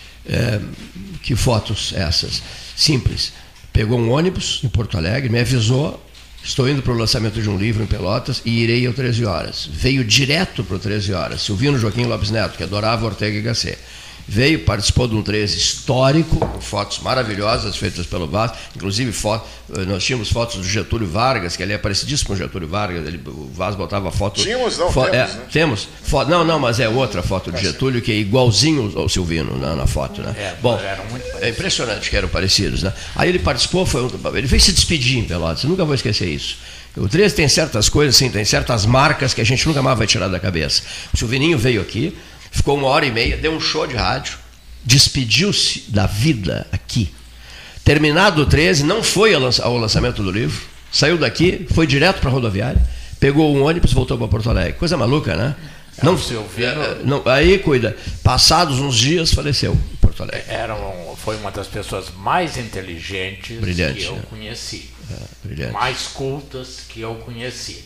É, que fotos essas? Simples. Pegou um ônibus em Porto Alegre, me avisou. Estou indo para o lançamento de um livro em Pelotas e irei às treze horas. Veio direto para o treze horas. Silvino Joaquim Lopes Neto, que adorava Ortega y Gasset. Veio, participou de um treze histórico, com fotos maravilhosas feitas pelo Vaz. Inclusive, foto, nós tínhamos fotos do Getúlio Vargas, que ele é parecidíssimo com o Getúlio Vargas. Ele, o Vaz botava foto... Tínhamos, não, fo, temos, é, né? Temos. Foto, não, não, mas é outra foto do Getúlio, que é igualzinho ao Silvino na, na foto. Né? É, Bom, muito é impressionante que eram parecidos. Né? Aí ele participou, foi, ele veio se despedir em Pelotas. Eu nunca vou esquecer isso. O treze tem certas coisas, sim, tem certas marcas que a gente nunca mais vai tirar da cabeça. O Silvininho veio aqui, ficou uma hora e meia, deu um show de rádio, despediu-se da vida aqui. Terminado o treze, não foi ao lançamento do livro, saiu daqui, foi direto para a rodoviária, pegou um ônibus e voltou para Porto Alegre. Coisa maluca, né? É, não, Silvino... não, aí, cuida, passados uns dias, faleceu em Porto Alegre. Era um, foi uma das pessoas mais inteligentes brilhante, que eu né? conheci. É, mais cultas que eu conheci.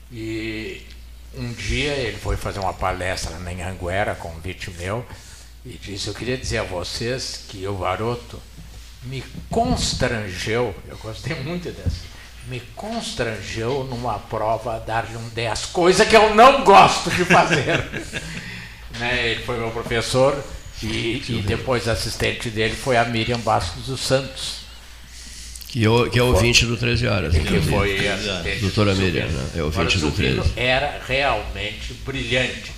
E um dia ele foi fazer uma palestra na Anhanguera, convite meu, e disse: eu queria dizer a vocês que o Varoto me constrangeu, eu gostei muito dessa, me constrangeu numa prova a dar-lhe um dez, coisa que eu não gosto de fazer. Né? Ele foi meu professor e, e depois assistente dele foi a Miriam Bastos dos Santos. Que, eu, que é ouvinte do treze horas. Que, que foi a doutora Miriam, né? É ouvinte do treze. Era realmente brilhante.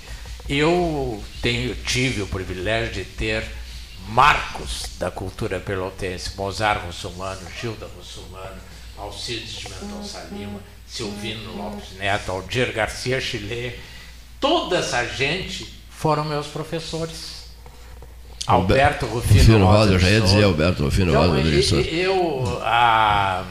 Eu tenho, tive o privilégio de ter marcos da cultura pelotense: Mozart Russumano, Gilda Russumano, Alcides de Mendonça Lima, Silvino Lopes Neto, Aldir Garcia Chilé. Toda essa gente foram meus professores. Alberto Rufino, Rufino Rosa. Rosa, eu já ia dizer Alberto Rufino então, Rosa. Eu, eu, a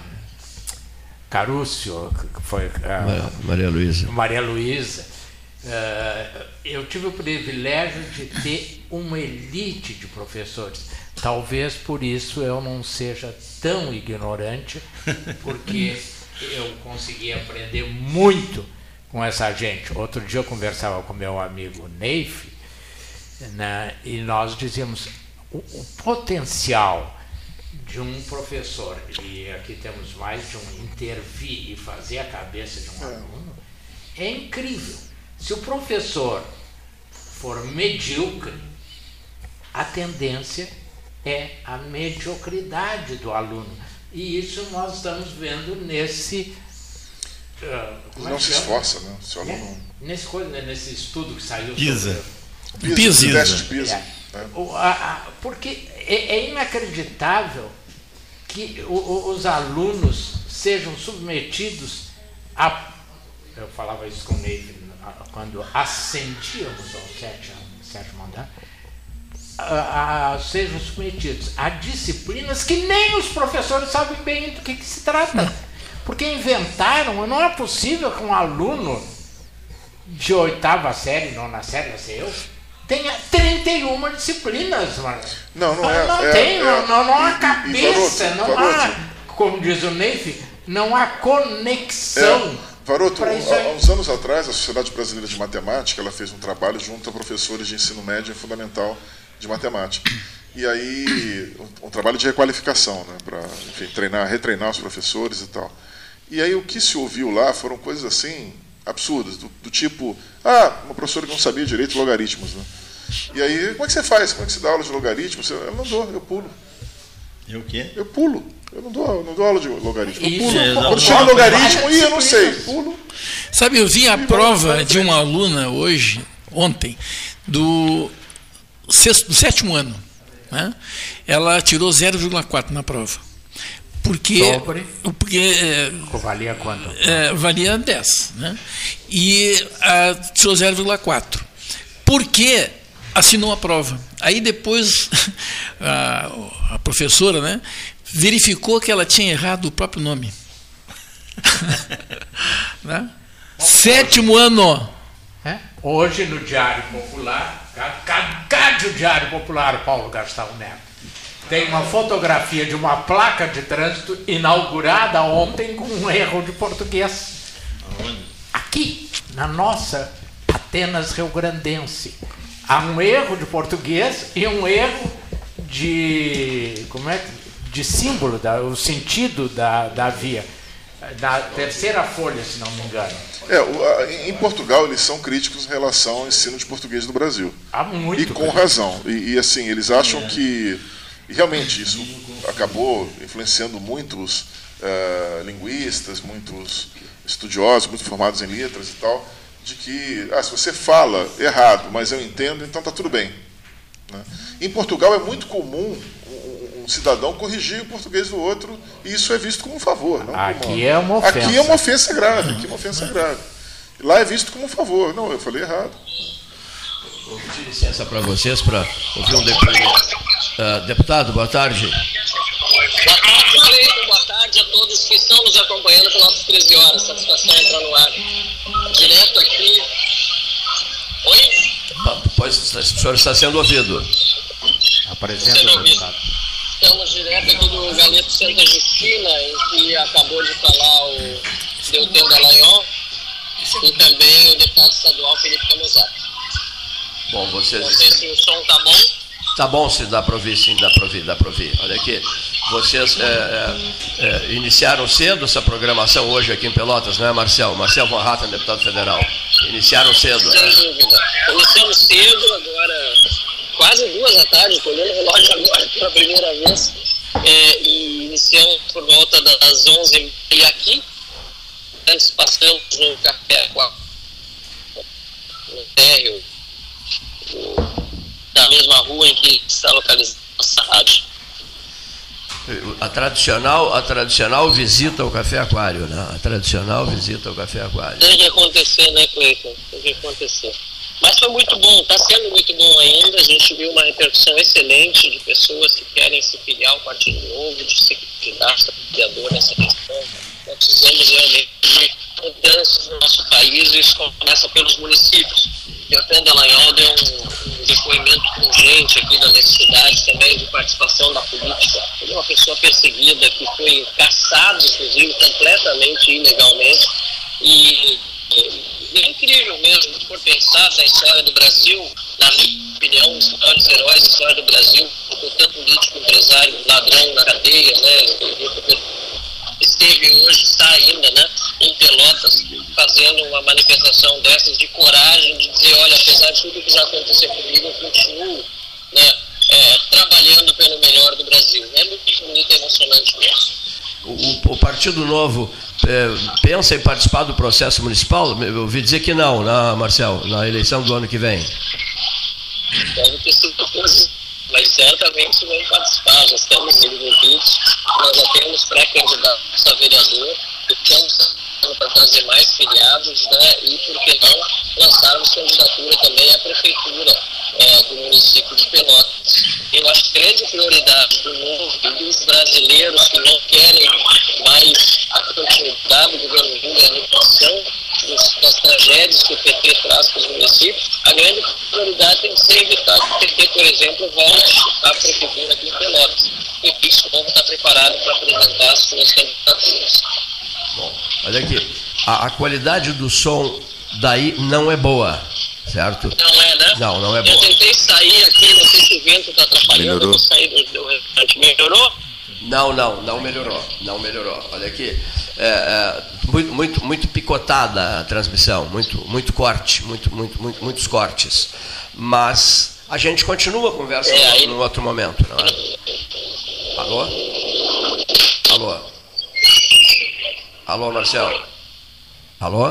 Carúcio, que foi a Maria, Maria Luísa. Maria Luísa, uh, eu tive o privilégio de ter uma elite de professores. Talvez por isso eu não seja tão ignorante, porque eu consegui aprender muito com essa gente. Outro dia eu conversava com meu amigo Neif, né, e nós dizíamos o, o potencial de um professor, e aqui temos mais de um intervir e fazer a cabeça de um aluno, é incrível. Se o professor for medíocre, a tendência é a mediocridade do aluno. E isso nós estamos vendo nesse... Uh, não se esforça, né? Se é, aluno... nesse, coisa, né? Nesse estudo que saiu... Pisa. Sobre... Pisa. Pisa. Teste de Pisa. É. É. O, a, a, porque é, é inacreditável que o, o, os alunos sejam submetidos a... Eu falava isso com o Ney quando ascendíamos ao sétimo, sétimo andar, a, a, sejam submetidos a disciplinas que nem os professores sabem bem do que, que se trata. Porque inventaram, não é possível que um aluno de oitava série, nona série, sei eu, tenha trinta e uma disciplinas, mano. Não, não é. Não é, tem, é, não, não, não há e, cabeça, e Varoto, não Varoto. há, como diz o Neif, não há conexão. É. Varoto, há uns anos atrás, a Sociedade Brasileira de Matemática ela fez um trabalho junto a professores de ensino médio e fundamental de matemática. E aí, um, um trabalho de requalificação, né, para treinar, retreinar os professores e tal. E aí o que se ouviu lá foram coisas assim, absurdas, do, do tipo, ah, uma professora que não sabia direito logaritmos. Né? E aí, como é que você faz? Como é que você dá aula de logaritmos? Eu não dou, eu pulo. E o quê? Eu pulo. Eu não dou, eu não dou aula de logaritmo. Eu pulo. É, Quando chega logaritmo, e eu não sei, eu pulo. Sabe, eu vi a prova de uma aluna hoje, ontem, do, sexto, do sétimo ano. Né? Ela tirou zero vírgula quatro na prova. Porque, porque é, valia quanto? É, valia dez. Né? E a, tirou zero vírgula quatro. Por que assinou a prova? Aí depois a, a professora, né, verificou que ela tinha errado o próprio nome. Né? Sétimo ano. É? Hoje no Diário Popular, cadê o Diário Popular, Paulo Gastão Neto? Tem uma fotografia de uma placa de trânsito inaugurada ontem com um erro de português. Aqui, na nossa Atenas Rio-Grandense, há um erro de português e um erro de, como é, de símbolo, da, o sentido da, da via. Na terceira folha, se não me engano. É, o, a, em Portugal eles são críticos em relação ao ensino de português no Brasil. Há muito. E com razão. E, e assim, eles acham é. que... E realmente isso acabou influenciando muitos uh, linguistas, muitos estudiosos, muito formados em letras e tal, de que ah, se você fala errado, mas eu entendo, então está tudo bem. Né? Em Portugal é muito comum um, um cidadão corrigir o português do outro, e isso é visto como um favor. Não aqui como uma... é uma ofensa. Aqui é uma ofensa grave. Aqui é uma ofensa grave. Lá é visto como um favor. Não, eu falei errado. Vou pedir licença para vocês para ouvir um depoimento. Uh, deputado, boa tarde. Boa tarde, Cleiton. Boa tarde a todos que estão nos acompanhando pelas treze horas. Satisfação entrar no ar. Direto aqui. Oi? Pois, o senhor está sendo ouvido. Apresenta o deputado. Estamos direto aqui do Galeto Santa Justina, em que acabou de falar o Deltan Dallagnol e também o deputado estadual Felipe Camusato. Bom, vocês... Não sei se o som está bom. Tá bom, se dá para ouvir, sim, dá para ouvir, dá para ouvir. Olha aqui, vocês é, é, é, iniciaram cedo essa programação hoje aqui em Pelotas, não é, Marcel? Marcel von Hatten, deputado federal. Iniciaram cedo. Sem dúvida. Iniciamos cedo, agora quase duas da tarde, estou olhando o relógio agora pela primeira vez. É, e iniciamos por volta das onze e meia aqui. Antes passamos no Café no térreo da mesma rua em que está localizada a nossa rádio. A tradicional, a tradicional visita ao Café Aquário, né? A tradicional visita ao Café Aquário. Tem que acontecer, né, Cleiton? Tem que acontecer. Mas foi muito bom, está sendo muito bom ainda. A gente viu uma repercussão excelente de pessoas que querem se filiar ao Partido Novo, de se candidatar a vereador nessa questão. Nós precisamos realmente de mudanças no nosso país, e isso começa pelos municípios. E o Deltan Dallagnol deu um, um depoimento urgente aqui da necessidade também de participação da política. Ele é uma pessoa perseguida, que foi caçado, inclusive, completamente ilegalmente. E é incrível mesmo, se for pensar na história do Brasil, na minha opinião, os maiores heróis da história do Brasil, tanto político, empresário, ladrão na cadeia, né? Esteve hoje, está ainda, né, em Pelotas, fazendo uma manifestação dessas de coragem, de dizer, olha, apesar de tudo que já aconteceu comigo, eu continuo, né, é, trabalhando pelo melhor do Brasil. É muito bonito e emocionante mesmo. O, o Partido Novo é, pensa em participar do processo municipal? Eu ouvi dizer que não, né, Marcel, na eleição do ano que vem. Deve ter sido positivo, mas certamente vão participar. Já estamos envolvidos, nós já temos pré-candidatos a vereador, estamos para trazer mais filiados, né, e, por que não, lançarmos candidatura também à prefeitura é, do município de Pelotas. Eu acho que a grande prioridade do Novo e dos brasileiros que não querem mais a continuidade do governo Lula, a repetição das tragédias que o P T traz para os municípios, a grande prioridade tem que ser evitar que o P T, por exemplo, volte à prefeitura aqui em Pelotas. E isso o Novo está preparado para apresentar as suas candidaturas. Bom, olha aqui, a, a qualidade do som daí não é boa, certo? Não é, né? Não, não é boa. Eu tentei sair aqui, não sei se o vento está atrapalhando. Melhorou? Eu saí do, do restaurante. Melhorou? Não, não, não melhorou, não melhorou. Olha aqui, é, é, muito, muito, muito picotada a transmissão, muito, muito corte, muito, muito, muito, muitos cortes. Mas a gente continua a conversa é, aí... num outro momento, não é? Alô? Alô? Alô, Marcelo? Alô?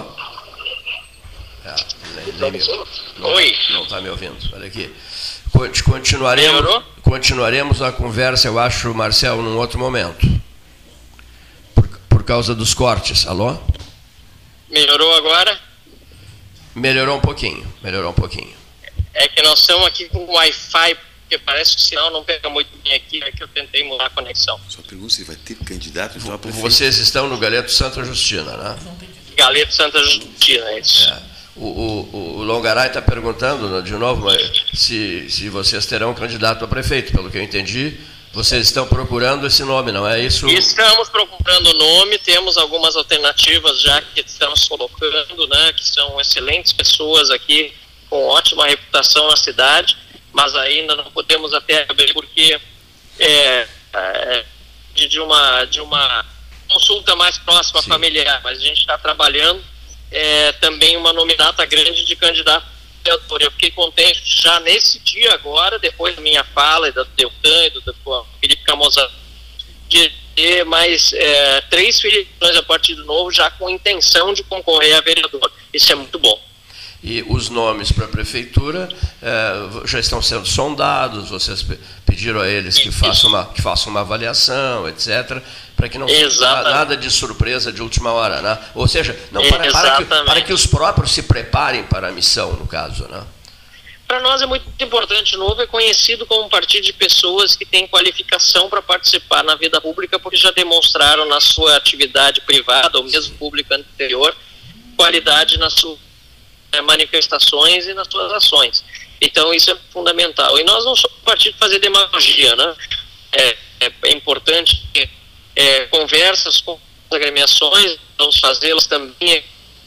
É, nem, nem me, não, Oi. Não está me ouvindo. Olha aqui. Continuaremos, continuaremos a conversa, eu acho, Marcelo, num outro momento. Por, por causa dos cortes. Alô? Melhorou agora? Melhorou um pouquinho. Melhorou um pouquinho. É que nós estamos aqui com Wi-Fi, porque parece que o sinal não pega muito bem aqui, é que eu tentei mudar a conexão. Só pergunta se vai ter candidato. Então Vocês estão no Galeto Santa Justina, né? Galeto Santa Justina, é isso. É. O, o, o Longaray está perguntando, de novo, se, se vocês terão candidato a prefeito. Pelo que eu entendi, vocês estão procurando esse nome, não é isso? Estamos procurando o nome, temos algumas alternativas já que estamos colocando, né, que são excelentes pessoas aqui, com ótima reputação na cidade, mas ainda não podemos até abrir porque é, é de, de, uma, de uma consulta mais próxima, sim, familiar, mas a gente está trabalhando. É, também uma nominata grande de candidato a vereador. Eu fiquei contente já nesse dia agora, depois da minha fala e da Deltan e do, do Felipe Camoza, de ter mais é, três filiações a Partido Novo já com intenção de concorrer a vereador. Isso é muito bom. E os nomes para a prefeitura é, já estão sendo sondados, vocês pediram a eles que façam uma, que façam uma avaliação, etcétera, para que não seja nada de surpresa de última hora, né? Ou seja, não, para, para, que, para que os próprios se preparem para a missão, no caso, né? Para nós é muito importante. O Novo é conhecido como um partido de pessoas que têm qualificação para participar na vida pública, porque já demonstraram na sua atividade privada, ou mesmo pública anterior, qualidade nas suas manifestações e nas suas ações. Então isso é fundamental. E nós não somos um partido de fazer demagogia, né? É, é, é importante que é, conversas com as agremiações, vamos fazê-las também,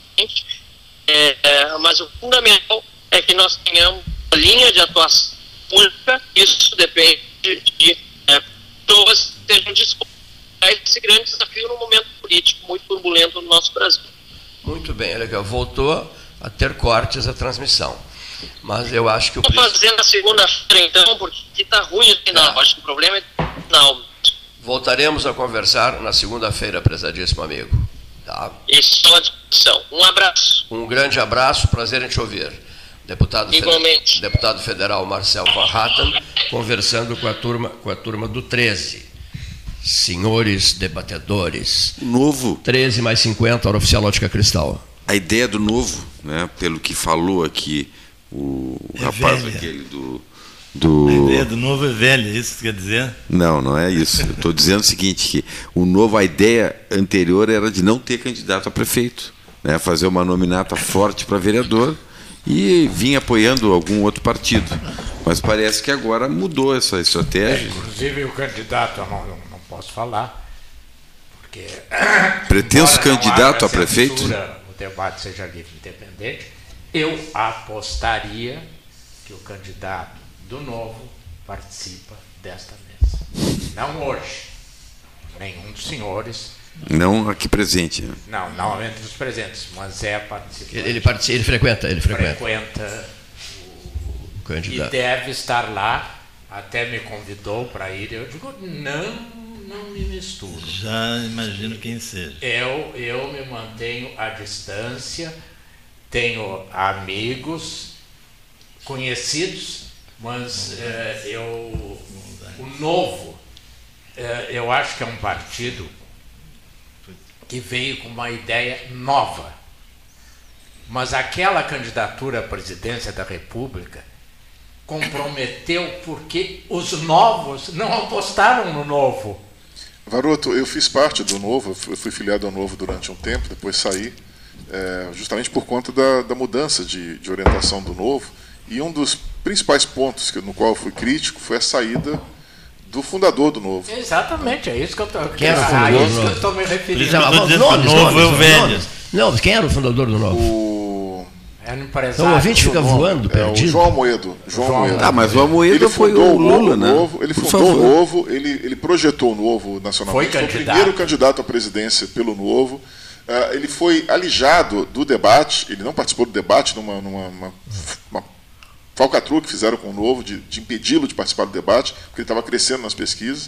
é, é, mas o fundamental é que nós tenhamos uma linha de atuação única. Isso depende de é, pessoas que estejam dispostas a esse grande desafio num momento político muito turbulento no nosso Brasil. Muito bem, legal. Voltou a ter cortes a transmissão. Mas eu acho que o... Vou fazer na segunda-feira, então, porque está ruim o final. É. Acho que o problema é o final. Voltaremos a conversar na segunda-feira, prezadíssimo amigo. Tá? Estou à disposição. Um abraço. Um grande abraço, prazer em te ouvir. Deputado, Igualmente. Federal, deputado federal Marcel Van Hatten, conversando com a turma, com a turma do treze. Senhores debatedores. Novo. treze mais cinquenta, hora oficial Ótica Cristal. A ideia do Novo, né, pelo que falou aqui o é rapaz velha. aquele do, do... A ideia do Novo é velha, é isso que quer dizer? Não, não é isso. Eu estou dizendo o seguinte, que o Novo, a ideia anterior era de não ter candidato a prefeito, né? Fazer uma nominata forte para vereador e vir apoiando algum outro partido. Mas parece que agora mudou essa estratégia. É, inclusive o candidato, eu não, não posso falar, porque... Pretenso embora não candidato haja a prefeito? censura, o debate seja livre e independente, eu apostaria que o candidato do Novo participa desta mesa. Não hoje. Nenhum dos senhores. Não aqui presente. Né? Não, não entre os presentes, mas é participante. Ele, ele, participa, ele frequenta, ele frequenta. Frequenta o candidato. E deve estar lá. Até me convidou para ir. Eu digo, não, não me misturo. Já imagino quem seja. Eu, eu me mantenho à distância, tenho amigos, conhecidos, mas eh, eu, o Novo, eh, eu acho que é um partido que veio com uma ideia nova. Mas aquela candidatura à presidência da República comprometeu porque os novos não apostaram no Novo. Varoto, eu fiz parte do Novo, eu fui filiado ao Novo durante um tempo, depois saí, é, justamente por conta da, da mudança de, de orientação do Novo. E um dos principais pontos que, no qual eu fui crítico foi a saída do fundador do Novo. Exatamente, é isso que eu estou Quem era o fundador é do isso Novo? que eu estou me referindo. Já, nomes, Novo nomes, é o velho. nomes. Não, mas quem era o fundador do Novo? O... É um empresário. Então o ouvinte fica voando, É, o perdido. João Amoedo. João João Amoedo. Ah, mas o Amoedo Ele foi fundou o Lula, né? Novo, ele Por fundou favor. o Novo, ele, ele projetou o Novo nacionalmente. Foi Foi o candidato. primeiro candidato à presidência pelo Novo. Uh, ele foi alijado do debate, ele não participou do debate numa, numa uma, uma falcatrua que fizeram com o Novo, de, de impedi-lo de participar do debate, porque ele estava crescendo nas pesquisas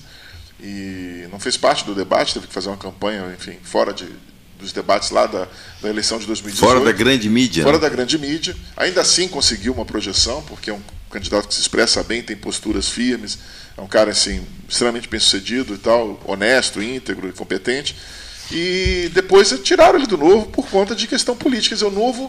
e não fez parte do debate, teve que fazer uma campanha, enfim, fora de, dos debates lá da, da eleição de dois mil e dezoito. Fora da grande mídia. Fora né? da grande mídia. Ainda assim conseguiu uma projeção, porque é um candidato que se expressa bem, tem posturas firmes, é um cara assim, extremamente bem-sucedido e tal, honesto, íntegro e competente. E depois tiraram ele do Novo por conta de questão política. Quer dizer, o Novo,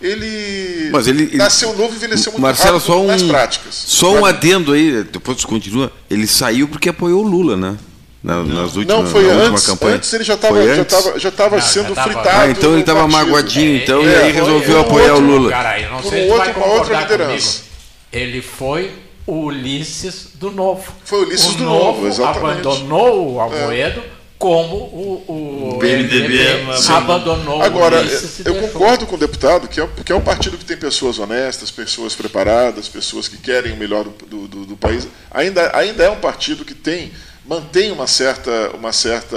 ele, Mas ele, ele nasceu novo e envelheceu muito Marcelo, rápido só um, nas práticas. Só um adendo aí, depois continua. Ele saiu porque apoiou o Lula, né? Na, nas últimas, Não, foi na antes. última campanha. Antes ele já estava Foi já antes? tava, já tava Não, sendo já tava- fritado. Ah, então ele no estava partido. magoadinho, então, É, e aí foi- resolveu é, apoiar o outro, Lula. Cara, eu não Por sei um se outro- vai uma outra concordar liderança. comigo. Ele foi o Ulisses do Novo. Foi o Ulisses o do Novo, exatamente. abandonou o Amoedo como o, o P M D B abandonou Agora, o Ulisses e eu deixou. concordo com o deputado que é, que é um partido que tem pessoas honestas, pessoas preparadas, pessoas que querem o melhor do, do, do país. Ainda, ainda é um partido que tem, mantém uma certa, uma certa,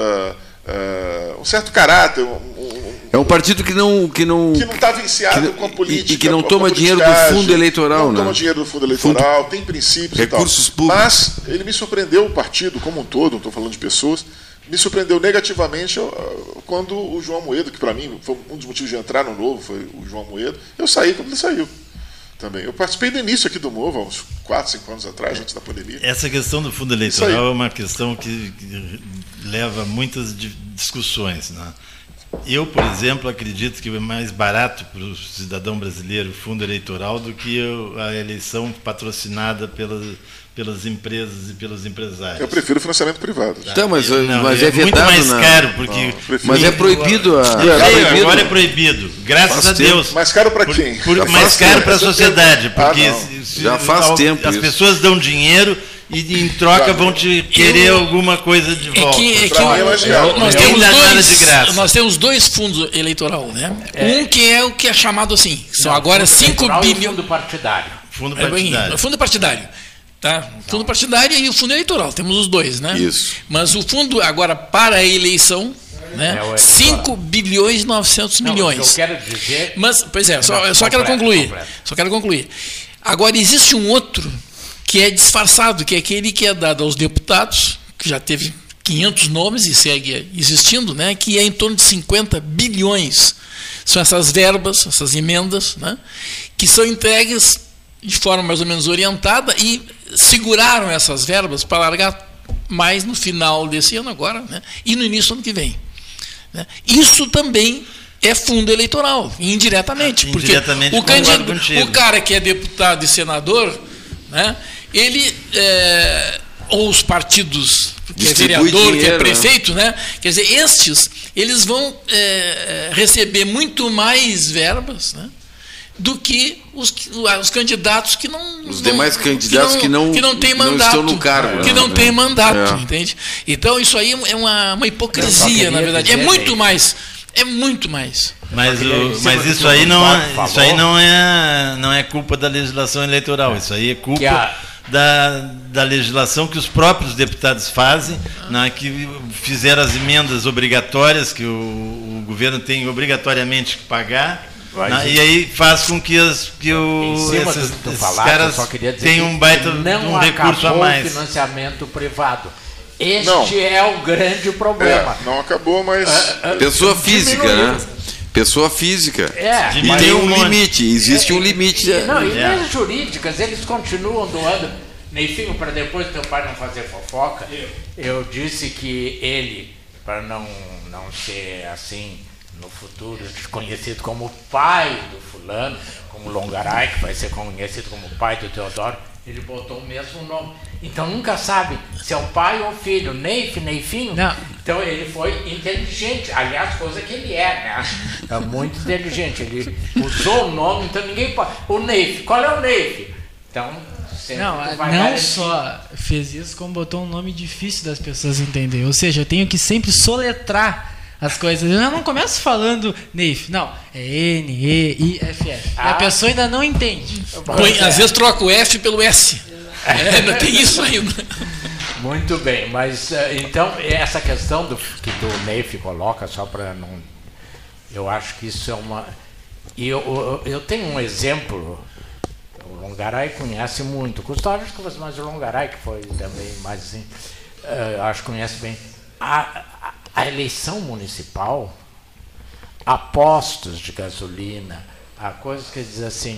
uh, um certo caráter. Um, um, É um partido que não que não que não está viciado que- com a política. e que não com a toma dinheiro do politicagem, fundo eleitoral, não né? toma dinheiro do fundo eleitoral, tem princípios Recursos e tal. públicos. Mas ele me surpreendeu, o partido como um todo, não estou falando de pessoas, me surpreendeu negativamente uh, quando o João Amoedo, que para mim foi um dos motivos de entrar no Novo, foi o João Amoedo, eu saí quando ele saiu também. Eu participei do início aqui do Novo, há uns quatro, cinco anos atrás, antes da pandemia. Essa questão do fundo Isso aí. eleitoral é uma questão que, que leva a muitas di- discussões. Né? Eu, por exemplo, acredito que é mais barato para o cidadão brasileiro o fundo eleitoral do que o- a eleição patrocinada pelas, pelas empresas e pelos empresários. Eu prefiro financiamento privado. Então, mas, Não, mas é, é, muito vedado mais na- caro, porque... Não, prefiro- Mas é proibido a. Não, é proibido. agora é proibido, graças Faz a tempo. Deus. Mais caro para Por- quem? por- Já mais faz caro tempo. para a Essa sociedade, tempo. Ah, porque não. se- se- Já faz al- tempo as isso. pessoas dão dinheiro e em troca Já. vão te querer alguma coisa de É volta. que, é que Pra mim é mais caro. nós, Ninguém temos dá nada dois, de graça. nós temos dois fundos eleitoral, né? Um que é o que é chamado assim, que são agora cinco bilhões. Fundo partidário. Fundo É, bem, partidário. o fundo partidário. Tá? Fundo partidário e o fundo eleitoral. Temos os dois, né? Isso. Mas o fundo agora para a eleição, né? É o eleitoral. cinco bilhões e novecentos Não, milhões. o que eu quero dizer. Mas, pois é, só, Não, eu só quero completo, concluir. completo. Só quero concluir. Agora, existe um outro que é disfarçado, que é aquele que é dado aos deputados, que já teve quinhentos nomes e segue existindo, né? Que é em torno de cinquenta bilhões. São essas verbas, essas emendas, né? Que são entregues de forma mais ou menos orientada e seguraram essas verbas para largar mais no final desse ano agora, né? E no início do ano que vem. Né? Isso também é fundo eleitoral, indiretamente. Porque indiretamente o, candidato, o cara que é deputado e senador, né, ele, é, ou os partidos, que é vereador, dinheiro, que é prefeito, né? Quer dizer, estes, eles vão é, receber muito mais verbas, né, do que os, os candidatos que não... Os não, demais candidatos que não, que não, que não têm mandato. Não estão no cargo. Que não é. têm mandato, é. entende? Então, isso aí é uma, uma hipocrisia, na verdade. É muito mais. É muito mais. Mas, o, mas isso aí não, isso aí não é, não é culpa da legislação eleitoral. Isso aí é culpa a... da, da legislação que os próprios deputados fazem, né, que fizeram as emendas obrigatórias que o, o governo tem obrigatoriamente que pagar. Não, e aí faz com que, as, que o, esses, esses falaste, caras tenham um baita um recurso a mais. Não financiamento privado. Este não. é o grande problema. É, não acabou, mas... Uh, uh, Pessoa física, diminuiu. né? Pessoa física. É, e tem um limite, existe é, um limite. Não, e é. mesmo jurídicas, eles continuam doando. Neifinho, para depois teu pai não fazer fofoca, eu disse que ele, para não, não ser assim... no futuro, conhecido como pai do fulano, como Longaray, que vai ser conhecido como pai do Teodoro, ele botou o mesmo nome. Então nunca sabe se é o pai ou o filho, Neif, Neifinho. Não. Então ele foi inteligente, aliás, coisa que ele é, né? É muito inteligente. Ele usou o nome, então ninguém pode. O Neif, qual é o Neif? Então. Não, não só fez isso, como botou um nome difícil das pessoas entenderem. Ou seja, eu tenho que sempre soletrar as coisas. Eu não começo falando Neif, não, é N, E, I, F, F. Ah. A pessoa ainda não entende. Põe, às vezes troca o F pelo S. É, não tem isso ainda. Muito bem, mas então essa questão do, que o Neif coloca, só para não. Eu acho que isso é uma. E eu, eu, eu tenho um exemplo. O Longaray conhece muito. O Custódio, mas o Longaray, que foi também mais assim, uh, acho que conhece bem. A, a, A eleição municipal, há postos de gasolina, há coisas que dizem assim,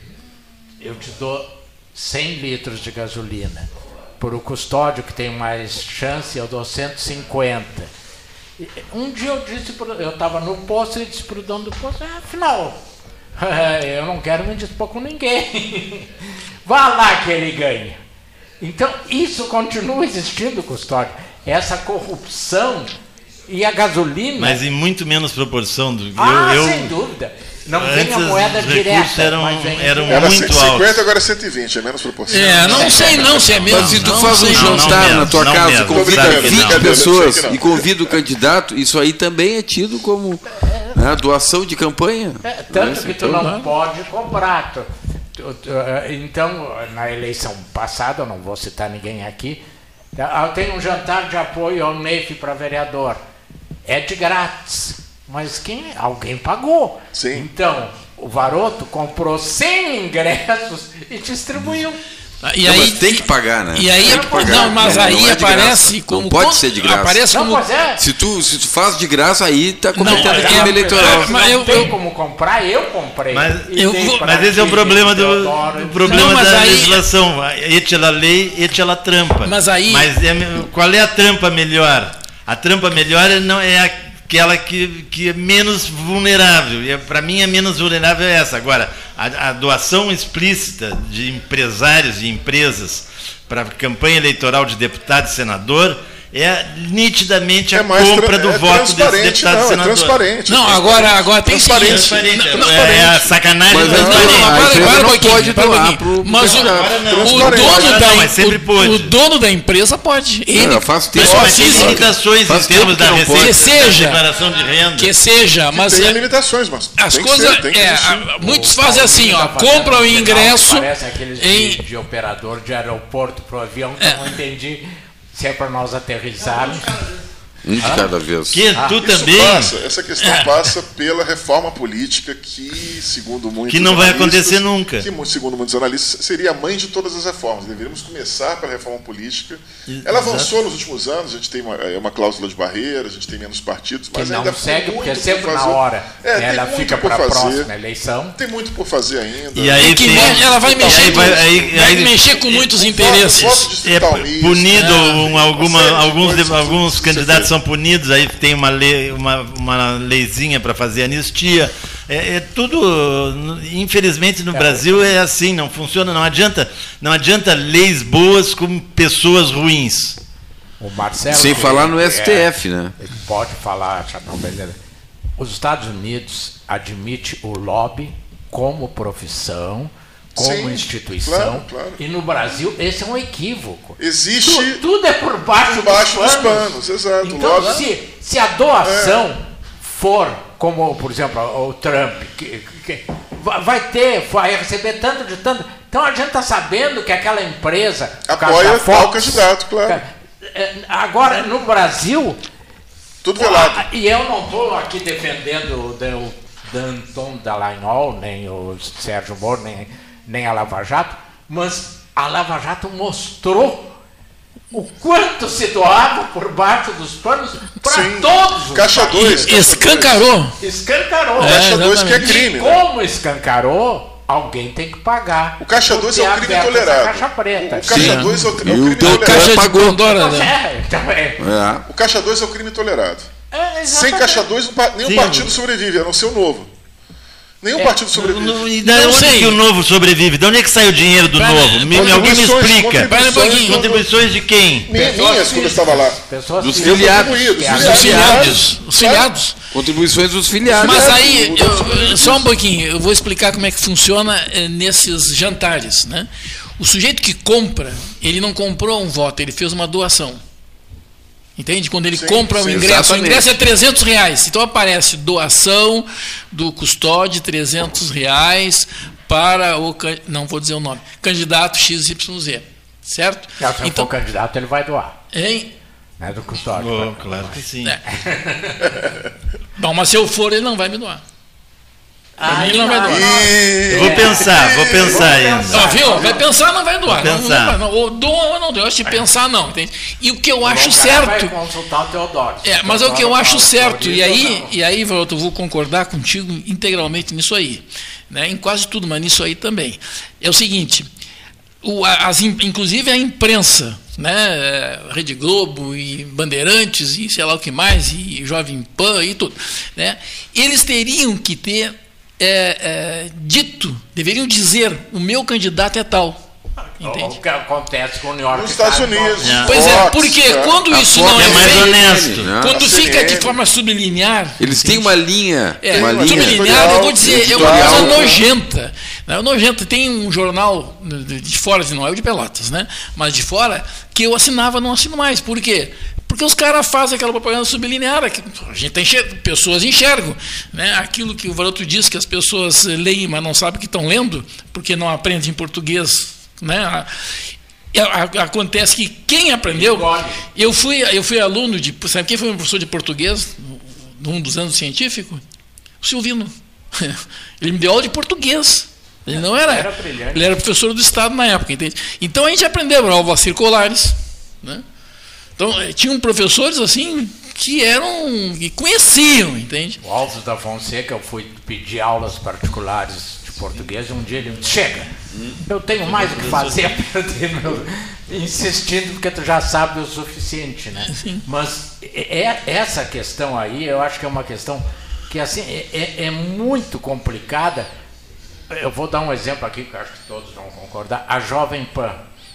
eu te dou cem litros de gasolina, por o Custódio que tem mais chance eu dou cento e cinquenta. Um dia eu disse, pro, eu estava no posto e disse para o dono do posto, ah, afinal, eu não quero me dispor com ninguém, vá lá que ele ganha. Então isso continua existindo, Custódio, essa corrupção. E a gasolina... Mas em muito menos proporção do que ah, eu... sem dúvida. Não vem a moeda direta. Eram, eram era muito cento e cinquenta, altos. agora é cento e vinte, é menos proporção. É, não sei não se é menos. Mas se tu não, faz um jantar na tua casa mesmo, convida vinte não. pessoas e convida o candidato, isso aí também é tido como né, doação de campanha. É, tanto que tu não pode cobrar. Tu, tu, tu, então, na eleição passada, eu não vou citar ninguém aqui, eu tenho um jantar de apoio ao Neif para vereador. É de grátis, mas quem? Alguém pagou. Sim. Então, o Varoto comprou cem ingressos e distribuiu. E não, aí, mas tem que pagar, né? E aí, tem que pagar. Não, mas não, aí não é aparece como... Não pode ser de graça. Aparece como, não, mas é. se, tu, se tu faz de graça, aí está cometendo não, crime é, eleitoral. É, mas não eu, tem eu, como comprar, eu comprei. Mas, eu vou, mas esse é o problema, do, o problema não, da aí, legislação. Et la lei, et la trampa. Mas aí... Mas é, qual é a trampa melhor? A trampa melhor não é aquela que, que é menos vulnerável. E para mim, a menos vulnerável é essa. Agora, a, a doação explícita de empresários e empresas para a campanha eleitoral de deputado e senador é nitidamente a é compra do é voto desse deputado não, e senador. É transparente. Não, agora, agora tem transparente. Transparente. Não, é, é a sacanagem. Mas Não, não, não, não, não pode doar pro, mas o, o, dono da, mas sempre pode. O, o dono da empresa pode. Ele não, faz mas mas tem limitações em termos da receita, que seja, da declaração de renda. Que seja, mas tem é, limitações, mas as tem coisas, que ser, é, que muitos fazem assim, ó, compram o ingresso parece aqueles em de, de operador de aeroporto pro avião que eu não entendi se é para nós aterrissarmos. Um de cada vez. Que ah, tu isso também. Passa, essa questão passa pela reforma política que, segundo muitos que não vai acontecer nunca. Que, segundo muitos analistas, seria a mãe de todas as reformas. Deveríamos começar pela reforma política. Ela avançou Exato. nos últimos anos, a gente tem uma, uma cláusula de barreira, a gente tem menos partidos, mas que ainda não segue, muito porque é sempre por na fazer. hora. É, ela fica para a próxima eleição. Tem muito por fazer ainda. E aí que tem, ela vai mexer, aí vai, aí, vai aí, mexer com muitos interesses. É punido é, um, alguma, alguns, alguns candidatos são punidos, aí tem uma, lei, uma, uma leizinha para fazer anistia. É, é tudo, infelizmente, no é, Brasil é assim, não funciona, não adianta, não adianta leis boas com pessoas ruins. O Marcelo, sem falar no S T F, é, né? Ele pode falar, Chapão Beleza. Os Estados Unidos admitem o lobby como profissão, como Sim, instituição, claro, claro. E no Brasil esse é um equívoco. Existe. Tudo, tudo é por baixo, por baixo dos, dos panos. panos. Exato. Então, Logo, se, se a doação é. for, como por exemplo o Trump, que, que vai ter, vai receber tanto de tanto. Então a gente está sabendo que aquela empresa apoia o candidato, claro. Agora no Brasil. Tudo velado. E eu não estou aqui defendendo o Danton Dallagnol, nem o Sérgio Moro, nem, nem a Lava Jato, mas a Lava Jato mostrou o quanto se doava por baixo dos panos para todos os Caixa dois. Escancarou. Escancarou. É, Caixa dois que é crime. E como né? escancarou, alguém tem que pagar. O Caixa dois é o crime tolerado. Caixa preta. O Caixa dois é o crime tolerado. O Caixa de Pandora, né? É. O Caixa dois é o crime tolerado. É, sem Caixa dois, nenhum Sim. partido sobrevive, a não ser o Novo. Nenhum é, partido sobrevive. No, e da onde sei. que o Novo sobrevive? De onde é que sai o dinheiro do Novo? Me, alguém me explica. Contribuições, contribuições de quem? Minhas, minhas quando eu estava lá. Pessoas dos filiados. Dos filiados. Os filiados. Contribuições dos filiados. Mas aí, eu, só um pouquinho, eu vou explicar como é que funciona nesses jantares. Né? O sujeito que compra, ele não comprou um voto, ele fez uma doação. Entende? Quando ele sim, compra o ingresso, exatamente. O ingresso é trezentos reais. Então aparece doação do custódio, trezentos reais para o, não vou dizer o nome, candidato X Y Z. Certo? Se ele então, for candidato, ele vai doar. Hein? Não é do custódio. Oh, claro que sim. É. Bom, mas se eu for, ele não vai me doar. Ah, ele não, não vai doar. E... Vou pensar, vou pensar ainda. Ó, viu? Vai pensar, não vai doar. Não, não, não, ou doa ou não doa. Eu acho de pensar, não. Entende? E o que eu acho certo. Vai consultar o Teodoro. É, mas é o que eu acho certo. E aí, e aí, eu vou concordar contigo integralmente nisso aí. Né? Em quase tudo, mas nisso aí também. É o seguinte: o, as, inclusive a imprensa, né? Rede Globo e Bandeirantes e sei lá o que mais, e Jovem Pan e tudo. Né? Eles teriam que ter. É, é, dito, deveriam dizer, o meu candidato é tal. Entende? O que acontece com o New York nos Estados Unidos. É. Pois é, porque é. quando a isso não é é mais feito, honesto, né? Quando fica de forma sublinear. Eles têm uma linha. É, uma linha sublinear, eu vou dizer, é uma coisa nojenta. É nojenta. Tem um jornal de fora, não é o de Pelotas, né? Mas de fora, que eu assinava, não assino mais. Por quê? Porque os caras fazem aquela propaganda sublinear, que a gente tem enxerga, pessoas enxergam. Né? Aquilo que o Varoto diz, que as pessoas leem, mas não sabem que estão lendo, porque não aprendem português. Né? Acontece que quem aprendeu. Eu fui, eu fui aluno de. Sabe quem foi meu professor de português, num dos anos científicos? O Silvino. Ele me deu aula de português. Ele não era. era ele era professor do Estado na época, entende? Então a gente aprendeu aulas circulares. Né? Então, tinham professores assim que eram, que conheciam, entende? O Alves da Fonseca, eu fui pedir aulas particulares de português e um dia ele me disse, chega, eu tenho mais o que fazer, insistindo porque tu já sabe o suficiente, né? Sim. Mas é, essa questão aí, eu acho que é uma questão que assim, é, é muito complicada. Eu vou dar um exemplo aqui, que eu acho que todos vão concordar. A Jovem Pan.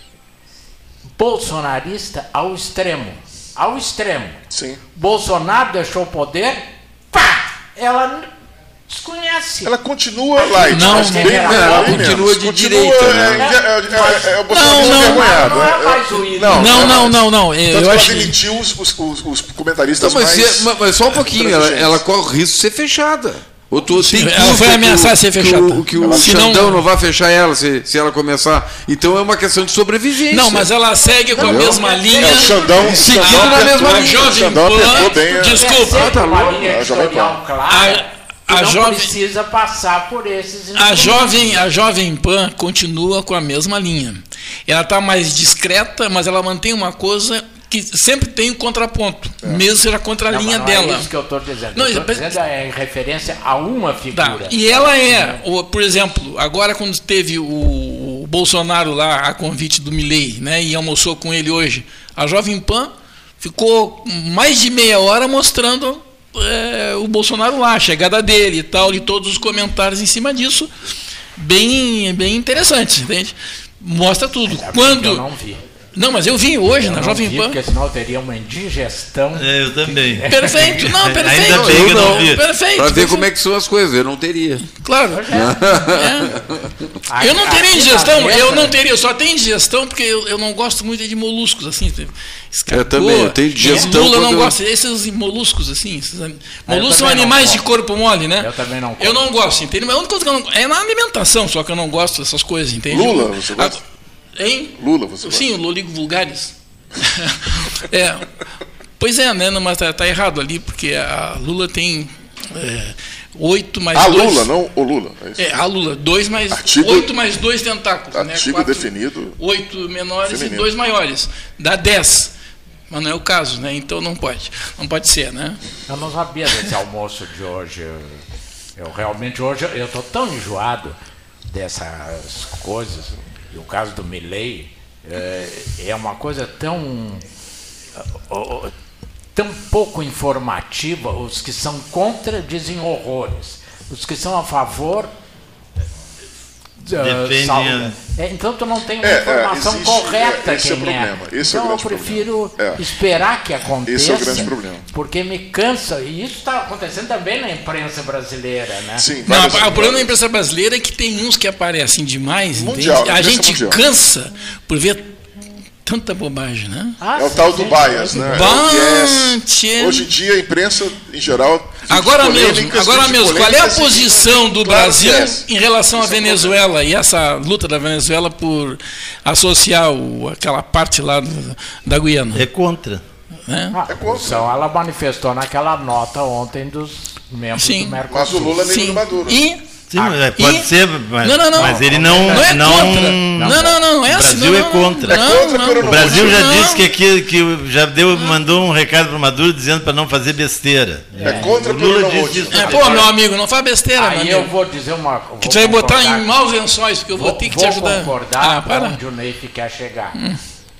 Bolsonarista ao extremo. Ao extremo. Sim. Bolsonaro deixou o poder, pá! Ela desconhece. Ela continua light. Não, mas não, bem, não, ela bem continua menos. de Continua, direita. É, Né? é, é, é, é o Bolsonaro não, envergonhado. Não, não é mais o ídolo. Não, não, não, não, não. Eu, eu acho que ela demitiu os, os, os, os comentaristas não, mas, mais... se, mas só um pouquinho, ela, ela corre o risco de ser fechada. Ou tu, Sim, tem ela foi ameaçar de ser fechada. Que o, que o Xandão não... não vai fechar ela se, se ela começar. Então é uma questão de sobrevivência. Não, mas ela segue com a não, mesma não, linha. É, o Xandão, seguindo Xandão na mesma linha. Jovem Pan, desculpa. É, tá uma linha editorial clara. A não jovem, precisa passar por esses. A jovem, a Jovem Pan continua com a mesma linha. Ela está mais discreta, mas ela mantém uma coisa que sempre tem um contraponto, é. mesmo seja contra a não, linha não dela. É isso que eu estou dizendo. Não, eu estou dizendo é em referência a uma figura. Tá. E ela é, o, por exemplo, agora quando teve o, o Bolsonaro lá a convite do Milei, né, e almoçou com ele hoje, a Jovem Pan ficou mais de meia hora mostrando é, o Bolsonaro lá, a chegada dele e tal, e todos os comentários em cima disso, bem, bem interessantes, entende? Mostra tudo. Ainda Quando... eu não vi. Não, mas eu vi hoje eu na não Jovem vi, Pan. Porque senão eu teria uma indigestão. É, eu também. Perfeito, não, perfeito. Ainda bem que eu não vi. Perfeito. Para ver perfeito. como é que são as coisas, eu não teria. Claro. É. Eu não teria indigestão, eu não teria, eu só tenho indigestão porque eu, eu não gosto muito de moluscos, assim. Eu também, eu tenho digestão. Lula não eu... gosta, esses moluscos, assim. Esses an... Moluscos são animais de corpo mole, né? Eu também não gosto. Eu não gosto, entende? Mas a única coisa que eu não... é na alimentação, só que eu não gosto dessas coisas, entende? Lula, você gosta? Hein? Lula, você gosta? Sim, o Loligo vulgares. É, pois é, né? Mas tá, tá errado ali, porque a Lula tem é, oito mais a dois. A Lula, não o Lula. É, isso. É a Lula, dois mais artigo, oito mais dois tentáculos. Artigo né? Quatro, definido. Oito menores feminino. E dois maiores. Dá dez. Mas não é o caso, né? Então não pode. Não pode ser, né? Eu não sabia desse almoço de hoje. Eu, eu realmente hoje eu estou tão enjoado dessas coisas. E o caso do Milei é, é uma coisa tão tão pouco informativa. Os que são contra dizem horrores, os que são a favor defendem uh, é, então tu não tem uma é, informação é, existe, correta é, esse quem é o problema. é. Esse então é o eu prefiro é. esperar que aconteça, esse é o grande problema. Porque me cansa, e isso está acontecendo também na imprensa brasileira, né? Sim, não, o problema da imprensa brasileira é que tem uns que aparecem demais, mundial, a gente mundial. cansa por ver tanta bobagem, né? Ah, é o tal do bias, né? É Hoje em dia a imprensa, em geral... Agora mesmo, agora mesmo, qual é a posição do claro Brasil é. em relação à Venezuela e essa luta da Venezuela por associar o, aquela parte lá do, da Guiana? É contra. É? Ah, é contra. Então ela manifestou naquela nota ontem dos membros Sim. do Mercosul. Mas o Lula nem do Maduro. E Sim, ah, pode e... ser, mas, não, não, não. mas ele não... Não é não, contra. Não, não, não, não é assim. O Brasil não, é contra. Não, é contra não, o Brasil já não. disse que, aqui, que já deu, mandou um recado para o Maduro dizendo para não fazer besteira. É, é contra o Lula disse isso. É, pô, meu amigo, não faz besteira, Aí eu vou dizer uma coisa. Que tu vai botar em maus lençóis, porque eu vou, vou ter que vou te ajudar. Vou concordar ah, para. Onde o Neif quer chegar. Hum.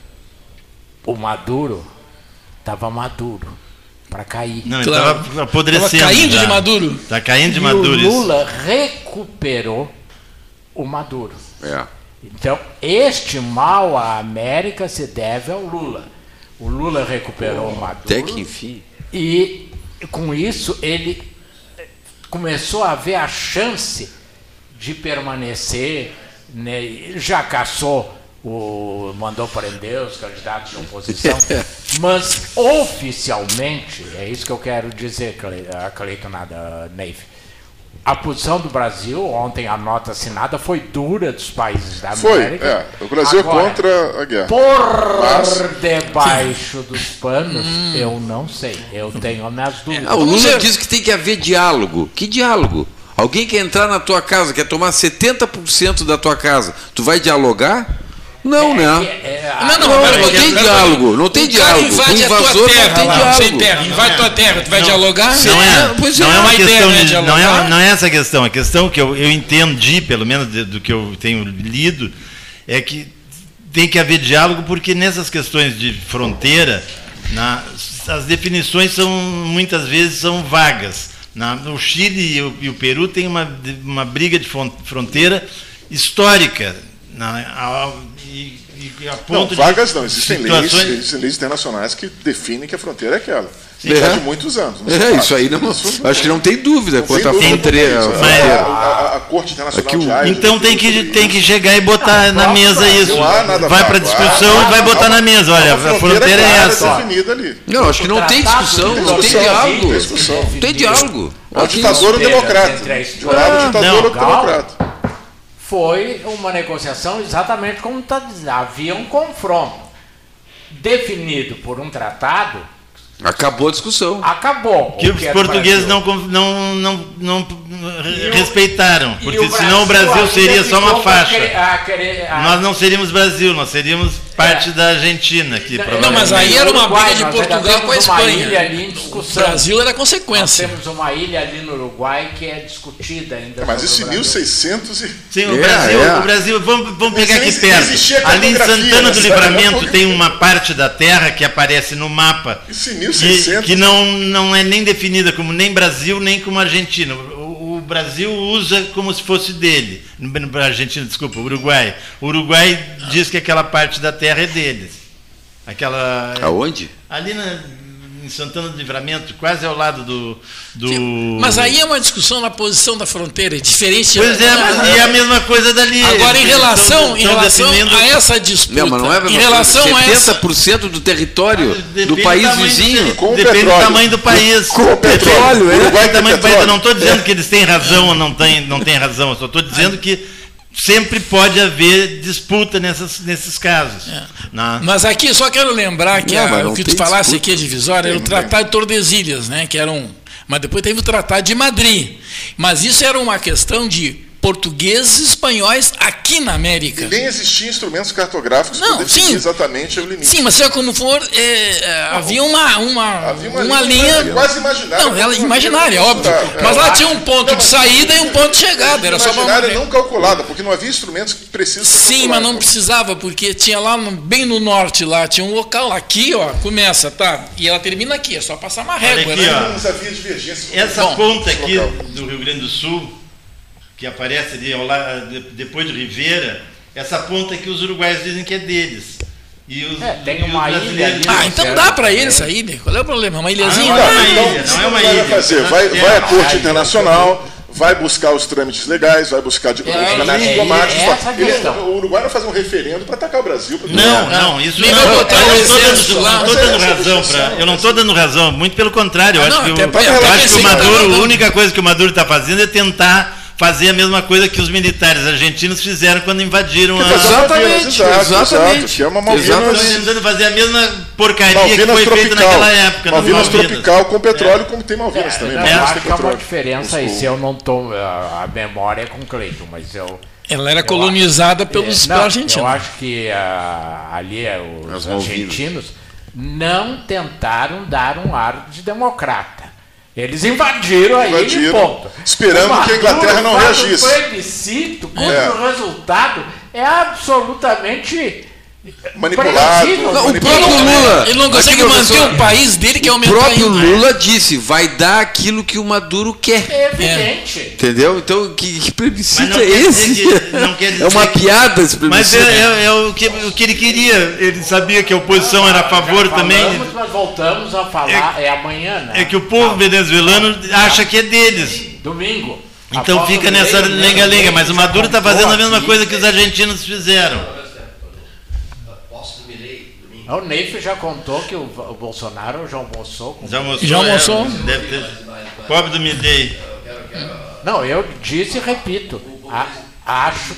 O Maduro estava maduro. Para cair. Não, ele estava claro. apodrecendo. Tava caindo já. de Maduro. Está caindo de e Maduro. O Lula isso. recuperou o Maduro. É. Então, este mal à América se deve ao Lula. O Lula recuperou oh, o Maduro. Até que enfim. E com isso ele começou a ver a chance de permanecer, né, já caçou. O, mandou prender os candidatos de oposição, mas oficialmente, é isso que eu quero dizer, Cleiton Nada, Neif. A posição do Brasil, ontem a nota assinada foi dura dos países da América. Foi, é. O Brasil Agora, é contra a guerra. Por Mas... debaixo dos panos, hum. eu não sei. Eu tenho as minhas dúvidas. Ah, o Lula diz que tem que haver diálogo. Que diálogo? Alguém quer entrar na tua casa, quer tomar setenta por cento da tua casa. Tu vai dialogar? Não, é, né? É, é, não, não, não, não, não tem diálogo, não tem diálogo. Invade o invasor a tua terra, não tem lá, diálogo. Sem terra, invade a tua terra, tu vai não, dialogar? Não é, pois não é, é uma questão ideia, de, né, não, é, não é essa a questão. A questão que eu, eu entendi, pelo menos de, do que eu tenho lido, é que tem que haver diálogo porque nessas questões de fronteira, na, as definições são muitas vezes são vagas. Na, no Chile e o, e o Peru tem uma, uma briga de fronteira histórica. Na, a, e, e a ponto não, vagas não, existem situações... leis, existem leis internacionais que definem que a fronteira é aquela. Sim, já é. de muitos anos. É, isso aí não, isso, acho que não tem dúvida quanto à fronteira. A, a, a Corte Internacional Aqui, de Haia, então tem que, tem que chegar e botar não, na mesa Brasil, isso. Vai para discussão ah, e vai botar ah, na mesa. Olha, a fronteira, a fronteira é essa. Ali. Não, acho que não tem discussão, não tem diálogo. Não tem diálogo. É o ditador ou democrata. De um lado, o ditador ou democrata. Foi uma negociação exatamente como está dizendo. Havia um confronto definido por um tratado. Acabou a discussão. Acabou. Que os portugueses não, não, não, não respeitaram, porque senão o Brasil seria só uma faixa. A querer, a... Nós não seríamos Brasil, nós seríamos parte é. da Argentina. Que não, mas aí era uma briga de Portugal com a Espanha. Ilha ali em discussão. O Brasil era consequência. Nós temos uma ilha ali no Uruguai que é discutida ainda. Mas isso em mil e seiscentos e... Sim, o, é, Brasil, é. o Brasil, vamos, vamos pegar aqui perto. Ali em Santana do Livramento tem uma parte da terra que aparece no mapa. Isso em mil e seiscentos. Que, que não, não é nem definida como nem Brasil, nem como Argentina. O Brasil usa como se fosse dele. A Argentina, desculpa, o Uruguai. O Uruguai diz que aquela parte da terra é deles. Aquela. Aonde? Ali na, em Santana do Livramento, quase ao lado do. do... Sim, mas aí é uma discussão na posição da fronteira, é diferente. Pois é, mas é a mesma coisa dali. Agora, em relação, tão, em relação definindo... a essa disputa. Não, mas não é em relação setenta por cento a essa... do território ah, do país do vizinho. Com depende petróleo. do tamanho do país. Com o petróleo, é. Uruguai, tamanho do país. Eu não estou dizendo que eles têm razão ou não têm, não têm razão, eu só estou dizendo que sempre pode haver disputa nessas, nesses casos. É. Mas aqui só quero lembrar que não, a, o que tu falasse disputa. aqui, a divisória, era o Tratado de Tordesilhas, né, que era um... Mas depois teve o Tratado de Madrid. Mas isso era uma questão de portugueses e espanhóis aqui na América. E nem existiam instrumentos cartográficos para definir sim, exatamente o limite. Sim, mas seja como for, é, é, havia uma, uma, havia uma, uma linha... linha quase imaginária. Não, ela imaginária, óbvio. É, mas lá tinha um ponto não, de saída e um ponto de chegada. Era só imaginária não calculada, porque não havia instrumentos que precisam ser Sim, mas não precisava, porque tinha lá, no, bem no norte, lá, tinha um local aqui, ó, começa, tá? E ela termina aqui, é só passar uma régua. Aqui, né? ó, havia divergência. Essa Bom, ponta aqui do Rio Grande do Sul, que aparece ali ao lado, depois de Rivera, essa ponta que os uruguaios dizem que é deles. E os, é, tem uma ilha ali. Ah, então dá para eles aí, né? Qual é o problema? Uma ilhazinha? Ah, não, não, é uma ilha, não é uma ilha. Vai, fazer? vai, vai à Corte Internacional, vai buscar os trâmites legais, vai buscar de, é, os canais é, diplomáticos. É ele, o Uruguai vai fazer um referendo para atacar o Brasil. Não, não, isso não. Eu não estou dando razão, muito pelo contrário. Eu acho que o Maduro, a única coisa que o Maduro está fazendo é tentar fazer a mesma coisa que os militares argentinos fizeram quando invadiram a... Exatamente, exatamente. Que é uma Malvinas... Estão tentando fazer a mesma porcaria Malvinas que foi feita naquela época. Malvinas, Malvinas tropical com petróleo, é. como tem Malvinas é, também. Não, eu acho que há uma diferença aí, se eu não estou... A, a memória é com Cleiton, mas eu... Ela era eu colonizada acho, pelos é, não, argentinos. Eu acho que uh, ali os As argentinos não tentaram dar um ar de democrata. Eles invadiram, invadiram aí, ponto. Esperando que a Inglaterra não reagisse. O plebiscito, cujo é. resultado é absolutamente manipulado. Não, o próprio Lula, ele não consegue manter professor, o país dele, que é aumentar. O próprio Lula disse, vai dar aquilo que o Maduro quer. É evidente. É. Entendeu? Então, que, que plebiscito é esse? Que, não quer dizer é uma que, piada esse plebiscito. Mas é, é, é o, que, o que ele queria. Ele sabia que a oposição não, era a favor falamos, também. Mas voltamos a falar, é, é amanhã, né? É que o povo venezuelano acha que é deles. Domingo. Então fica nessa lenga-lenga. Mas o Maduro está fazendo a mesma coisa que os argentinos fizeram. O Neif já contou que o, o Bolsonaro já almoçou. Com já almoçou? Já almoçou? É, deve ter... Pobre do Midei. Não, eu disse e repito. A, acho.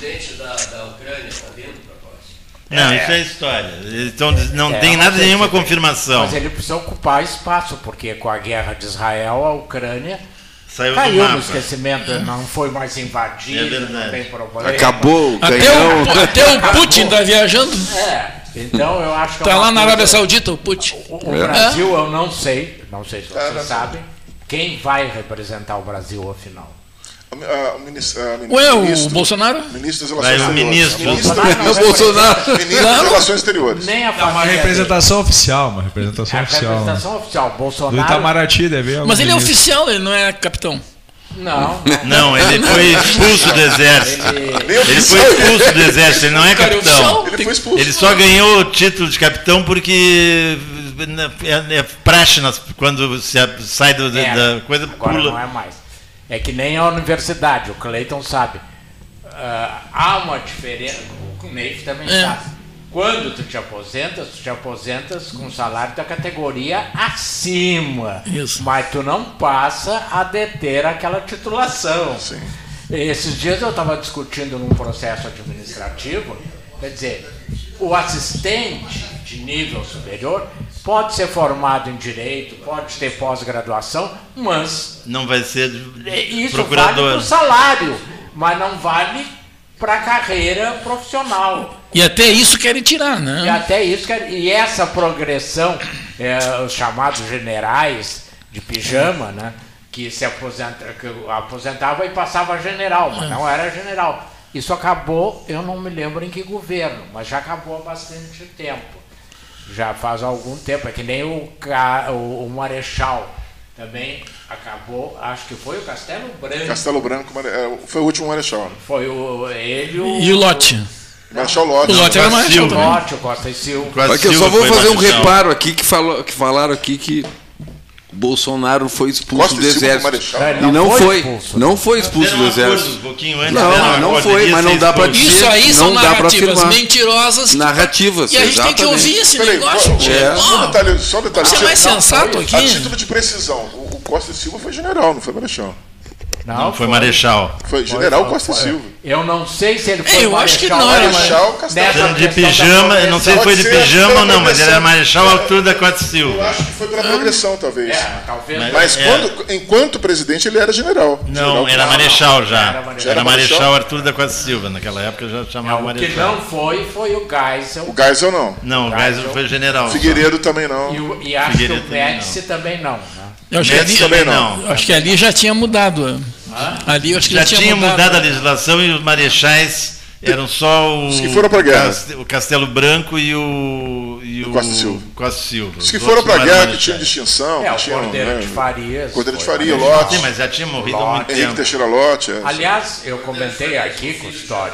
Não, isso é história. Então, não é, tem nada, nenhuma confirmação. Mas ele precisa ocupar espaço, porque com a guerra de Israel, a Ucrânia saiu caiu no no esquecimento, não foi mais invadido, é não tem problema. Acabou, até o, até o Putin está viajando. É. Então eu acho que está é lá na Arábia Saudita o Putin. O, o Brasil, eu não sei, não sei se vocês é, sabem, quem vai representar o Brasil afinal. A, a ministra, a ministra, Ué, o ministro, Bolsonaro? Ministro das Relações Exteriores. Ministro, ministro, ministro, não, Bolsonaro. Ministro das Relações Exteriores. Nem a é uma representação dele. oficial, uma representação é oficial. representação oficial. Bolsonaro. Do Itamaraty deve haver. Mas ele ministro. é oficial, ele não é capitão. Não. Não, ele foi expulso do exército. Ele, ele foi expulso do exército, ele não é capitão. Ele foi expulso. Ele só ganhou o título de capitão porque é, é praxe quando se sai do, é, da coisa, agora pula. Não é mais. É que nem a universidade, o Cleiton sabe. Uh, há uma diferença, o Neif também é. sabe. Quando tu te aposentas, tu te aposentas com salário da categoria acima. Isso. Mas tu não passa a deter aquela titulação. Sim. Esses dias eu estava discutindo num processo administrativo, quer dizer, o assistente de nível superior pode ser formado em direito, pode ter pós-graduação, mas... Não vai ser isso procurador. Vale para o salário, mas não vale para a carreira profissional. E até isso querem tirar, né? E até isso querem, e essa progressão, é, os chamados generais de pijama, né? Que se aposenta, que aposentava e passava a general, mas não era general. Isso acabou, eu não me lembro em que governo, mas já acabou há bastante tempo. Já faz algum tempo, é que nem o, o, o Marechal também acabou, acho que foi o Castelo Branco. Castelo Branco foi o último Marechal. Né? Foi o, ele o, e o Lote. Marechal Lote. O Lote era Marechal também. Lote, o Costa e Silva. Olha que eu só vou fazer um reparo aqui que, falou, que falaram aqui que Bolsonaro foi expulso do exército. E não foi, não foi expulso do exército. Não, não foi, mas não dá para dizer. Isso aí são narrativas mentirosas. Narrativas. E a gente tem que ouvir esse negócio. Só um detalhe, só um detalhe. Você é mais sensato aqui. A título de precisão, o Costa e Silva foi general, não foi marechal. Não, não foi, foi Marechal. Foi General foi, Costa foi. Silva. Eu não sei se ele foi é, eu Marechal. Acho que não era Marechal Castelo. De pijama, eu não sei se foi de pijama ou não, mas ele era Marechal à altura da Costa Silva. Eu acho que foi pela progressão, talvez. É, talvez. Mas, mas é. quando, enquanto presidente ele era general. Não, general era Marechal já. Era Marechal, era Marechal Arthur da Costa Silva. Naquela época já chamava não, Marechal. O que não foi, foi o Geisel. O Geisel não. Não, o Geisel foi general. Figueiredo só. Também não. E, o, e acho Figueiredo que o Médici também não. Né? Eu acho, que ali, também não. acho que ali já tinha mudado. Ah? Ali eu acho que já, já tinha, tinha mudado. mudado a legislação e os marechais eram só o, os que foram para guerra. o Castelo Branco e o, e o Costa Silva. Costa Silva. Os que os foram para a guerra que tinham distinção. É, que tinham, o Cordeiro né, de Farias. Cordeiro de Farias, Lote. Sim, mas já tinha morrido há muito tempo. Henrique Teixeira Lote. É. Aliás, eu comentei aqui, Custódio,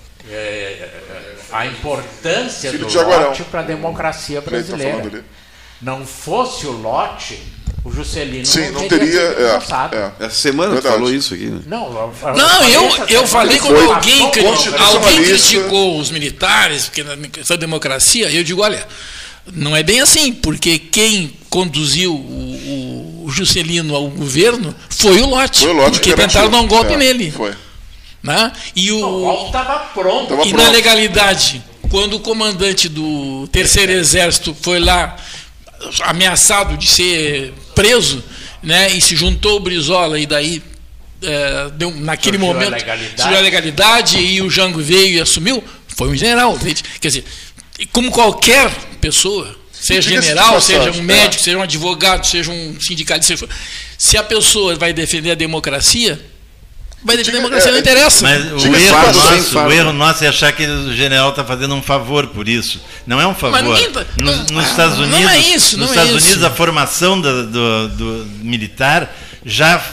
é, a importância Filho do Jaguarão. Lote para a democracia brasileira. Tá não fosse o Lote, o Juscelino Sim, não, não teria, teria. sido é, é. Essa semana tu falou isso aqui, né? Não, não eu, eu falei quando foi alguém, alguém criticou os militares, porque na questão da democracia, eu digo, olha, não é bem assim, porque quem conduziu o, o Juscelino ao governo foi o Lote, foi o Lote porque tentaram dar um golpe é, nele. Foi. Né? E o, o golpe estava pronto. Tava e pronto. Na legalidade, quando o comandante do Terceiro Exército foi lá ameaçado de ser preso, né, e se juntou o Brizola e daí é, deu, naquele surgiu momento a surgiu a legalidade e o Jango veio e assumiu, foi um general. Quer dizer, como qualquer pessoa, seja general, seja um médico, seja um advogado, seja um sindicalista, seja, se a pessoa vai defender a democracia, vai defender a democracia, é, não interessa. Mas o erro, nosso, o erro nosso é achar que o general está fazendo um favor por isso. Não é um favor. Tá, nos, não, nos Estados Unidos, não é isso, nos não Estados é Unidos isso. A formação do, do, do militar já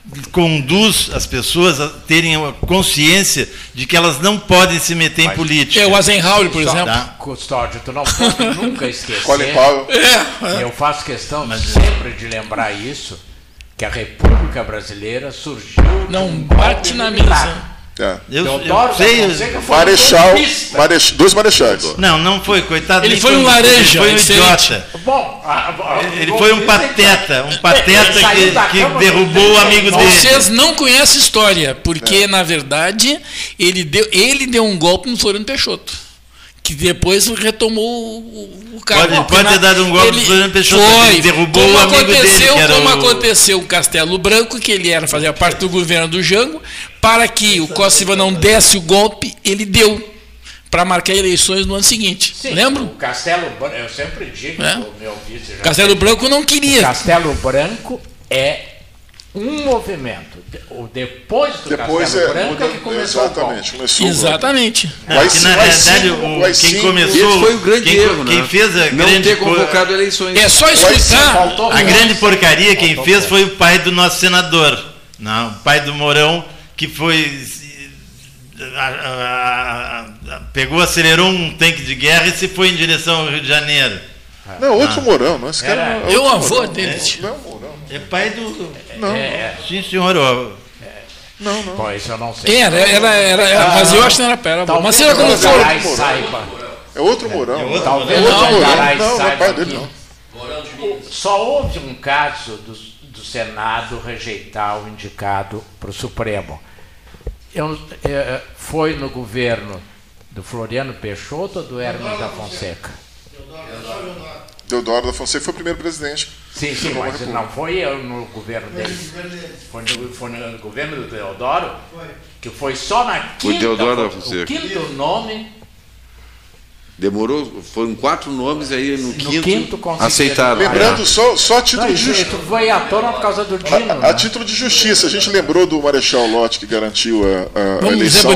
conduz as pessoas a terem a consciência de que elas não podem se meter Mas, em política. É o Eisenhower, por exemplo. Tá? Custódio, tu não pode nunca esquecer. Colin Powell. É, é. Eu faço questão Mas, sempre de lembrar isso, que a República Brasileira surgiu. Não bate na mesa. É. Eu, eu sei. Marechal, marech, dois marechais. Não, não foi, coitado. Ele foi um laranja. Ele foi um idiota. Bom, a, a, ele foi um pateta, um pateta que, que derrubou o amigo dele. Vocês não conhecem a história, porque é. na verdade ele deu, ele deu um golpe no Floriano Peixoto, que depois retomou o cargo. Pode, pode ter dado um golpe no Floriano Peixoto, foi, ele derrubou como o amigo aconteceu, dele. Como o... aconteceu o Castelo Branco, que ele era fazia parte do governo do Jango, para que o Costa Silva não desse o golpe, ele deu para marcar eleições no ano seguinte. Sim, lembra? O Castelo Branco, eu sempre digo, é? o meu vice já Castelo fez, Branco não queria. O Castelo Branco é um movimento. O depois do depois Castelo é, Branco é que começou exatamente, o começou Exatamente. Não, é que na realidade o, quem cinco, começou foi o grande quem, erro, quem né? fez a não grande ter convocado eleições. É só escutar. A grande porcaria quem fez foi o pai do nosso senador, não, o pai do Mourão, que foi a, a, a, pegou, acelerou um tanque de guerra e se foi em direção ao Rio de Janeiro. Não, outro ah. Mourão, não, esse cara é, não é o avô Mourão. dele. Não é o Mourão. É pai do. Não, é, sim, senhor. É. Não, não. Pois eu não sei. Era, era, era, era ah, mas eu acho que não era pera. Mas seja como for. É outro Mourão. É outro, talvez é outro não, Mourão. Não, não, não é pai dele, não. Só houve um caso do, do Senado rejeitar o indicado para o Supremo. Eu, é, foi no governo do Floriano Peixoto ou do Hermes da Fonseca? Deodoro da Fonseca foi o primeiro presidente. Sim, sim, mas não foi no governo dele. Foi no, foi no governo do Deodoro, que foi só na quinta, o, Deodoro, foi, o quinto nome. Demorou, foram quatro nomes, aí no, no quinto, quinto aceitaram. Lembrando, só, só a título não, de justiça. Isso foi à tona por causa do Dino. A, a, né? a título de justiça, a gente lembrou do Marechal Lott, que garantiu a, a, a eleição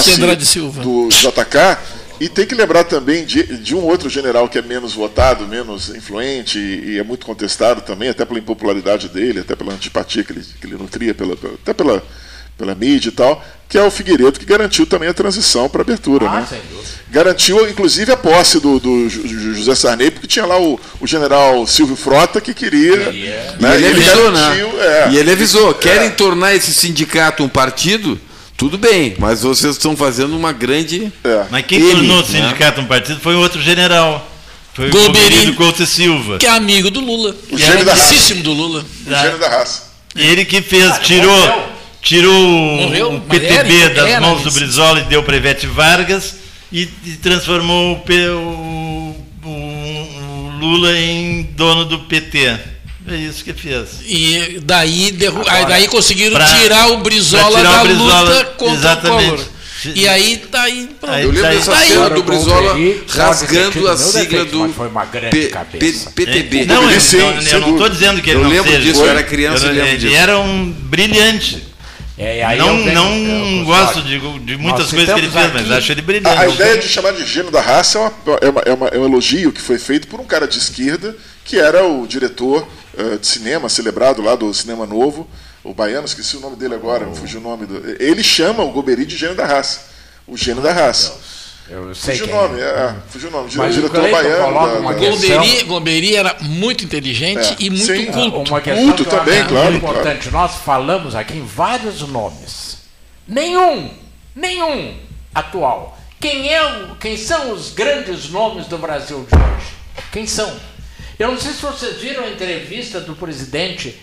a do J K, e tem que lembrar também de, de um outro general que é menos votado, menos influente, e, e é muito contestado também, até pela impopularidade dele, até pela antipatia que ele, que ele nutria, pela, pela, até pela, pela mídia e tal, que é o Figueiredo, que garantiu também a transição para a abertura. Ah, né? Garantiu, inclusive, a posse do, do José Sarney, porque tinha lá o, o general Silvio Frota, que queria... Yeah. Né? E ele, ele avisou, garantiu, né? É, e ele avisou, querem é. tornar esse sindicato um partido... Tudo bem, mas vocês estão fazendo uma grande... É. Mas quem Ele, tornou o né? sindicato um partido foi outro general. Foi Golbery, o Couto Silva. Que é amigo do Lula. O que é amicíssimo do Lula. O gênio da raça. Ele que fez, tirou, tirou Morreu, o P T B era, das era, mãos era, do Brizola e deu para Ivete Vargas e, e transformou o, P, o, o, o Lula em dono do P T. É isso que fez. E daí, derru Agora, daí conseguiram pra, tirar o Brizola tirar da o Brizola, luta contra exatamente. o Collor. E aí tá aí. Aí Eu lembro tá dessa aí. cena do Brizola rasgando sentido, a sigla defeito, do mas foi uma grande P, cabeça. P, PTB. Não, eu, Sim, não, eu não estou dizendo que ele Eu não lembro seja. disso, eu era criança eu, e lembro ele disso. era um brilhante. É, aí não eu venho, não eu, gosto eu, de, de muitas nós coisas que ele fez, citamos mas aqui- acho ele brilhante. A, a ideia de chamar de gênio da raça é, uma, é, uma, é, uma, é um elogio que foi feito por um cara de esquerda, que era o diretor uh, de cinema, celebrado lá do Cinema Novo, o baiano, esqueci o nome dele agora, oh. fugiu o nome. Do, ele chama o Golbery de gênio da raça. O gênio da raça. Eu sei fugiu o quem nome, é. é, fugiu o nome. Mas diretor o Cleiton baiano. coloca Da, uma da... Golbery, Golbery era muito inteligente É, e muito sim. culto. Uma questão Culto que eu também, acho claro, muito importante. Nós falamos aqui em vários nomes. Nenhum, nenhum atual. Quem, é o, quem são os grandes nomes do Brasil de hoje? Quem são? Eu não sei se vocês viram a entrevista do presidente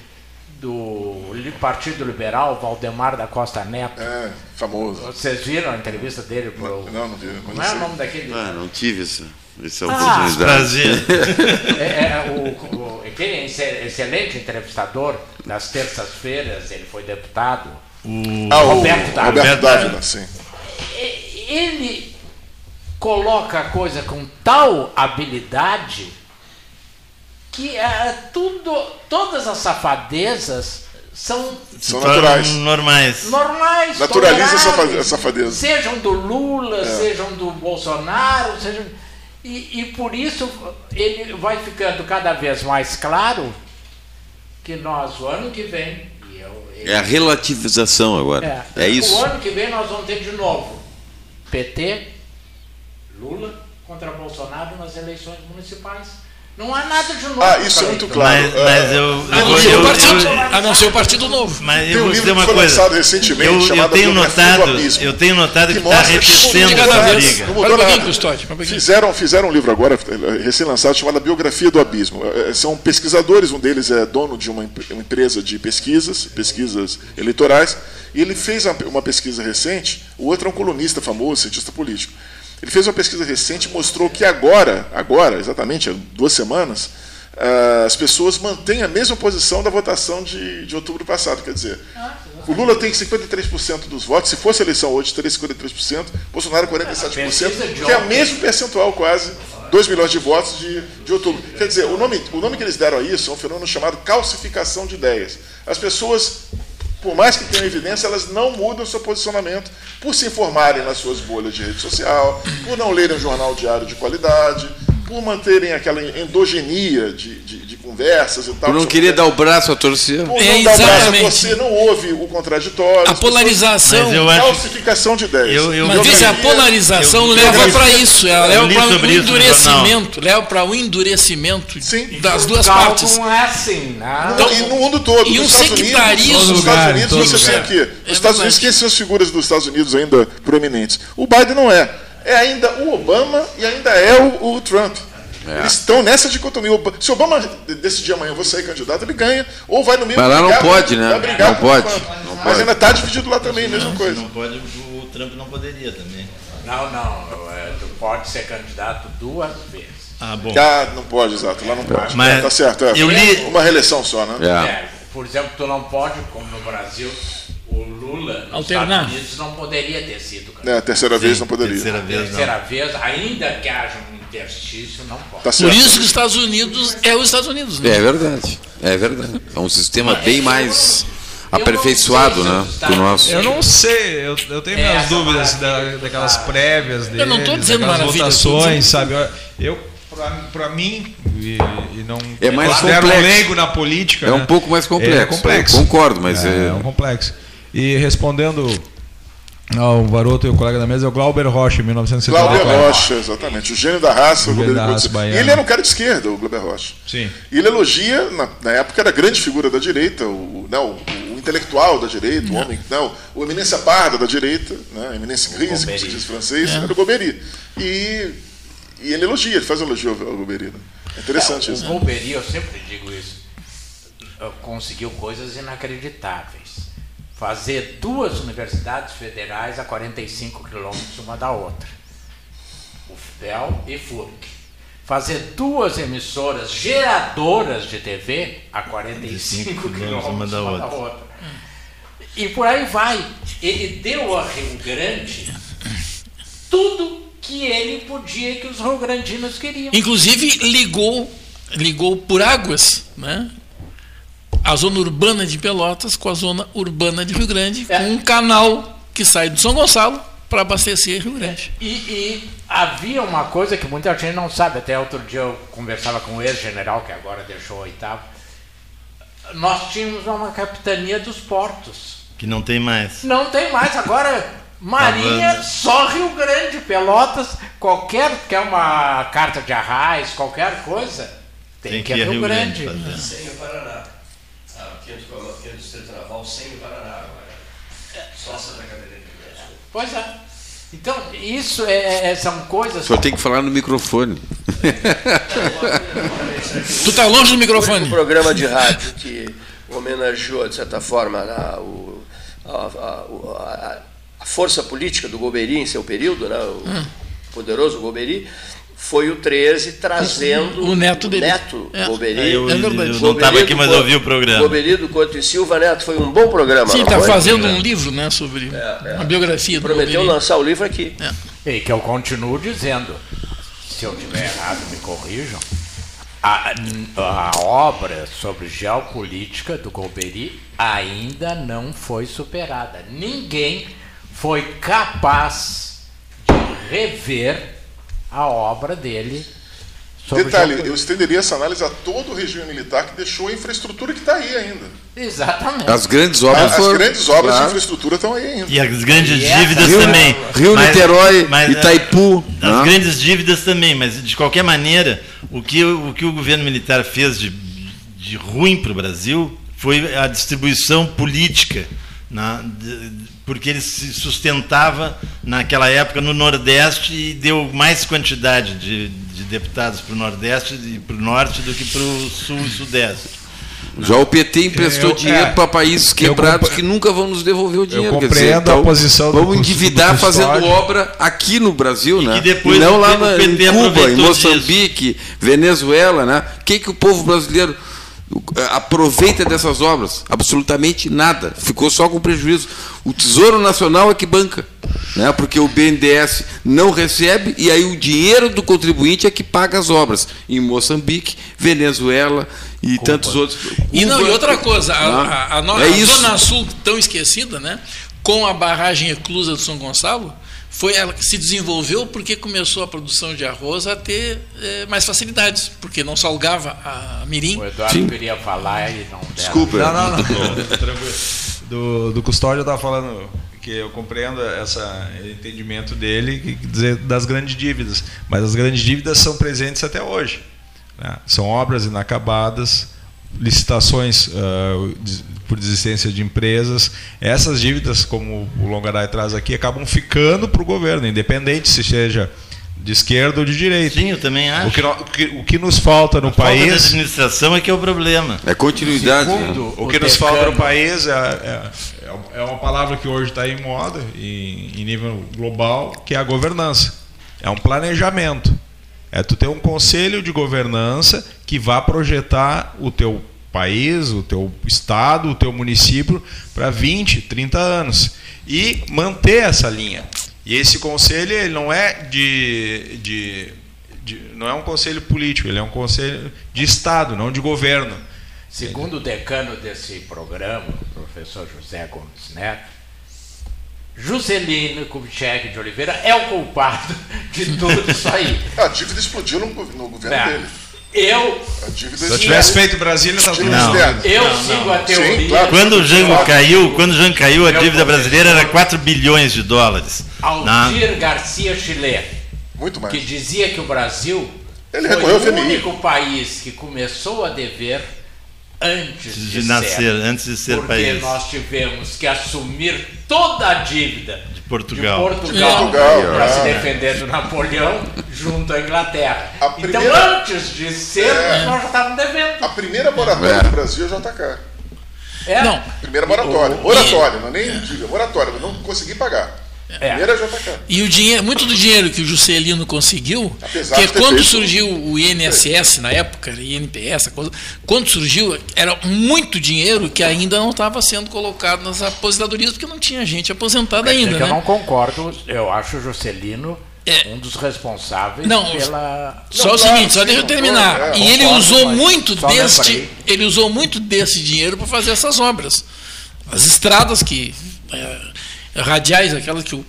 do Partido Liberal, Valdemar da Costa Neto. É, famoso. Vocês viram a entrevista dele? Pro... Não, não vi. Como é o nome daquele? Ah, não tive essa, essa Ah, oportunidade. Prazer. É, é, o, o, aquele excelente entrevistador, nas terças-feiras, ele foi deputado. O Ah, o Roberto Dávila. Roberto Dávila, sim. Ele coloca a coisa com tal habilidade que é, tudo, todas as safadezas são, São naturais. normais. normais. Naturaliza a safa- toleráveis, a safadeza. Sejam do Lula, É. sejam do Bolsonaro, sejam, e, e por isso ele vai ficando cada vez mais claro que nós, o ano que vem, e eu, ele, É a relativização agora. É, é, isso. o ano que vem nós vamos ter de novo P T, Lula contra Bolsonaro nas eleições municipais. Não há nada de novo. Ah, isso é muito claro. Mas, mas eu, A eu, não ser eu, o partido, eu- a não ser o partido Novo. mas Tem eu um vou livro dizer uma que foi coisa. lançado recentemente Eu, eu chamado tenho Biografia do notado, Abismo, eu tenho notado que que está mostra que repetindo de cada essa vez. briga. Não Vai mudou um pouquinho, nada. Custódio, vai um pouquinho. Fizeram, fizeram um livro agora, recém-lançado, chamado Biografia do Abismo. Eh, São pesquisadores, um deles é dono de uma empre- uma empresa de pesquisas, pesquisas eleitorais, e ele fez uma- uma pesquisa recente, o outro é um colunista famoso, cientista político. Ele fez uma pesquisa recente e mostrou que agora, agora, exatamente, há duas semanas, ah, as pessoas mantêm a mesma posição da votação de, de outubro passado. Quer dizer, o Lula tem cinquenta e três por cento dos votos, se fosse a eleição hoje, teria cinquenta e três por cento, Bolsonaro quarenta e sete por cento, Pesquisa de que é o ontem. mesmo percentual quase, dois milhões de votos de, de outubro. Quer dizer, o nome, o nome que eles deram a isso é um fenômeno chamado calcificação de ideias. As pessoas, por mais que tenham evidência, elas não mudam seu posicionamento por se informarem nas suas bolhas de rede social, por não lerem um jornal diário de qualidade, por manterem aquela endogenia de, de, de conversas e tal. Por não querer dar o braço a torcer. Por É, não dar o braço a exatamente. torcer, não ouve o contraditório. A as polarização. Mas eu pessoas- acho- calcificação de ideias. Eu- eu- Mas eu- veja, a eu- polarização eu- leva eu- para isso, ela eu leva li para sobre um isso no endurecimento, leva para um endurecimento das duas Cálculo partes. não é assim, né? Então, e no mundo todo, e um nos Estados Unidos, sectarismo. nos Todo Estados lugar, Unidos, todo você tem lugar. aqui. Nos É Estados Unidos, verdade. quem são as figuras dos Estados Unidos ainda proeminentes? O Biden não é. É ainda o Obama e ainda é o, o Trump. Eles estão nessa dicotomia. Se o Obama decidir amanhã, eu vou sair candidato, ele ganha. Ou vai no meio. Mas lá não brigar, pode, né? vai brigar Não com o pode, Trump. não Mas pode. ainda está dividido lá também, mesma Não, coisa. não pode, o Trump não poderia também. Não, não. é, Tu pode ser candidato duas vezes. Ah, bom. Ah, não pode, exato, lá não pode. Mas tá certo, é. eu li uma reeleição só, né? É, por exemplo, tu não pode, como no Brasil, o Lula nos Alternar. Estados Unidos não poderia ter sido. É, a terceira Sim, vez não poderia. terceira vez não. Terceira vez, ainda que haja um interstício, não pode. Tá Por certo. isso que os Estados Unidos é os Estados Unidos, né? É verdade, é verdade. É um sistema bem mais aperfeiçoado, né, que o nosso. Eu não sei, eu, eu tenho minhas dúvidas da, daquelas prévias dele, Eu não tô dizendo daquelas maravilha, votações, sabe? Eu, pra, pra mim, e, e não É mais considero complexo. leigo na política, É um né? pouco mais complexo. É complexo. Eu concordo, mas é, é- é um complexo. E respondendo ao Varoto e o colega da mesa, é o Glauber Rocha, em mil novecentos e setenta e quatro. Glauber Rocha, exatamente. O gênio da raça. O o gênio Glauber da raça Rocha. baiano. E ele era um cara de esquerda, o Glauber Rocha. Sim. E ele elogia, na, na época, era a grande figura da direita, o, né, o, o intelectual da direita, o homem, não, o eminência parda da direita, né, a eminência grise, como se diz em francês, É. era o Golbery. E, e ele elogia, ele faz um elogio ao, ao Golbery. Né? É interessante É, isso. o Golbery, eu sempre digo isso, conseguiu coisas inacreditáveis. Fazer duas universidades federais a quarenta e cinco quilômetros uma da outra. O F D E L e F U R C. Fazer duas emissoras geradoras de T V a quarenta e cinco quilômetros uma da outra. E por aí vai. Ele deu a Rio Grande tudo que ele podia, que os rio-grandinos queriam. Inclusive ligou, ligou por águas, né? A zona urbana de Pelotas com a zona urbana de Rio Grande, com um canal que sai de São Gonçalo para abastecer Rio Grande. E, e havia uma coisa que muita gente não sabe, até outro dia eu conversava com o ex-general, que agora deixou o oitavo, nós tínhamos uma capitania dos portos. Que não tem mais. Não tem mais, agora Marinha, Tá só Rio Grande, Pelotas, qualquer, quer uma carta de arraiz, qualquer coisa, tem, Tem que que ir ir a Rio, Rio Grande. Grande fazer. Sem o Paraná. Ah, aqui é do Distrito Naval, sem o Paraná agora. Só Santa Catarina. Pois é. Então, isso é, é- são coisas... Só tem que falar no microfone. Tu tá longe do microfone. Um programa de rádio que homenageou, de certa forma, a, o, a, a, o- a- a força política do Golbery em seu período, né, o Hum. poderoso Golbery, foi o treze trazendo O neto dele. Neto É. Golbery. É, eu- É verdade. eu não Golbery estava aqui, do mas Couto- ouvi o programa. Golbery do Couto e Silva Neto, foi um bom programa. Sim, não está foi? fazendo um livro, né, sobre a biografia do Prometeu Golbery. lançar o livro aqui. E que eu continuo dizendo, se eu estiver errado, me corrijam, a, a obra sobre geopolítica do Golbery ainda não foi superada. Ninguém foi capaz de rever a obra dele sobre Detalhe, geopolítica. eu estenderia essa análise a todo o regime militar que deixou a infraestrutura que está aí ainda. Exatamente. As grandes obras As foram. grandes obras de claro. infraestrutura estão aí ainda. E as grandes E essa- dívidas Rio- também. Rio, Mas- Niterói, mas, Itaipu. As né? grandes dívidas também, mas de qualquer maneira, o que o, o que o governo militar fez de, de ruim para o Brasil foi a distribuição política, na- de- porque ele se sustentava naquela época no Nordeste e deu mais quantidade de, de deputados para o Nordeste e para o Norte do que para o Sul e Sudeste. Já o P T emprestou Eu- dinheiro é. para países Eu quebrados compre- que nunca vão nos devolver o dinheiro. quer compreendo dizer, a posição do vamos cus- endividar do fazendo custódio. obra aqui no Brasil, né? que depois e não o lá P- na, o P T em Cuba, em aproveitou Moçambique, Venezuela, né? O que, que o povo brasileiro aproveita dessas obras? Absolutamente nada. Ficou só com prejuízo. O Tesouro Nacional é que banca, né? Porque o B N D E S não recebe e aí o dinheiro do contribuinte é que paga as obras em Moçambique, Venezuela e tantos outros. E, não, Cuba, e outra coisa, a, né? a, a, no- É a isso. Zona Sul tão esquecida, né? Com a barragem eclusa de São Gonçalo, foi ela que se desenvolveu porque começou a produção de arroz a ter eh, mais facilidades, porque não salgava a mirim. O Eduardo Sim. queria falar e não deram. Desculpa. Não, não, não. Tranquilo. Do, do Custódio eu estava falando que eu compreendo esse entendimento dele que quer dizer das grandes dívidas, mas as grandes dívidas são presentes até hoje, né? São obras inacabadas, licitações ah, des- por desistência de empresas. Essas dívidas, como o Longaray traz aqui, acabam ficando para o governo, independente se seja de esquerda ou de direita. Sim, eu também acho. O que, no- o que, o que nos falta no A falta de país... administração é que é o problema. É continuidade. Segundo né? O que o nos decano- falta no país é, é, é uma palavra que hoje está em moda, em, em nível global, que é a governança. É um planejamento. É tu ter um conselho de governança que vá projetar o teu país, o teu estado, o teu município para vinte, trinta anos e manter essa linha. E esse conselho ele não é de, de, de não é um conselho político, ele é um conselho de estado, não de governo. Segundo o decano desse programa, o professor José Gomes Neto, Juscelino Kubitschek de Oliveira é o culpado de tudo isso aí. A dívida explodiu no, no governo é. dele. Eu, se eu tivesse feito Brasília, não. Não. Eu não, sigo não. a teoria. Sim, claro. Quando o Jango caiu, quando o Jango caiu, a dívida brasileira era quatro bilhões de dólares. Aldir não. Garcia Chile, muito mais, que dizia que o Brasil Ele foi recorreu o ao F M I. único país que começou a dever antes de, de nascer, ser, antes de ser porque país. Porque nós tivemos que assumir toda a dívida de Portugal, de Portugal, Portugal para ah. se defender do Napoleão junto à Inglaterra. A primeira, então, antes de ser, é, nós já estávamos devendo. A primeira moratória é. do Brasil é o J K. É? Não. Primeira moratória. O, moratória, não é nem dívida, moratória, eu não consegui pagar. É. Primeira J K. E o dinheiro, muito do dinheiro que o Juscelino conseguiu, Apesar porque quando feito, surgiu o I N S S na época, I N P S, coisa, quando surgiu, era muito dinheiro que ainda não estava sendo colocado nas aposentadorias, porque não tinha gente aposentada Quer dizer ainda. Que né? Eu não concordo, eu acho o Juscelino é. um dos responsáveis não, pela. Só não, o seguinte, só deixa eu terminar. É, e ele concordo, usou muito deste, lembrei. ele usou muito desse dinheiro para fazer essas obras. As estradas que. É, radiais, aquelas que o.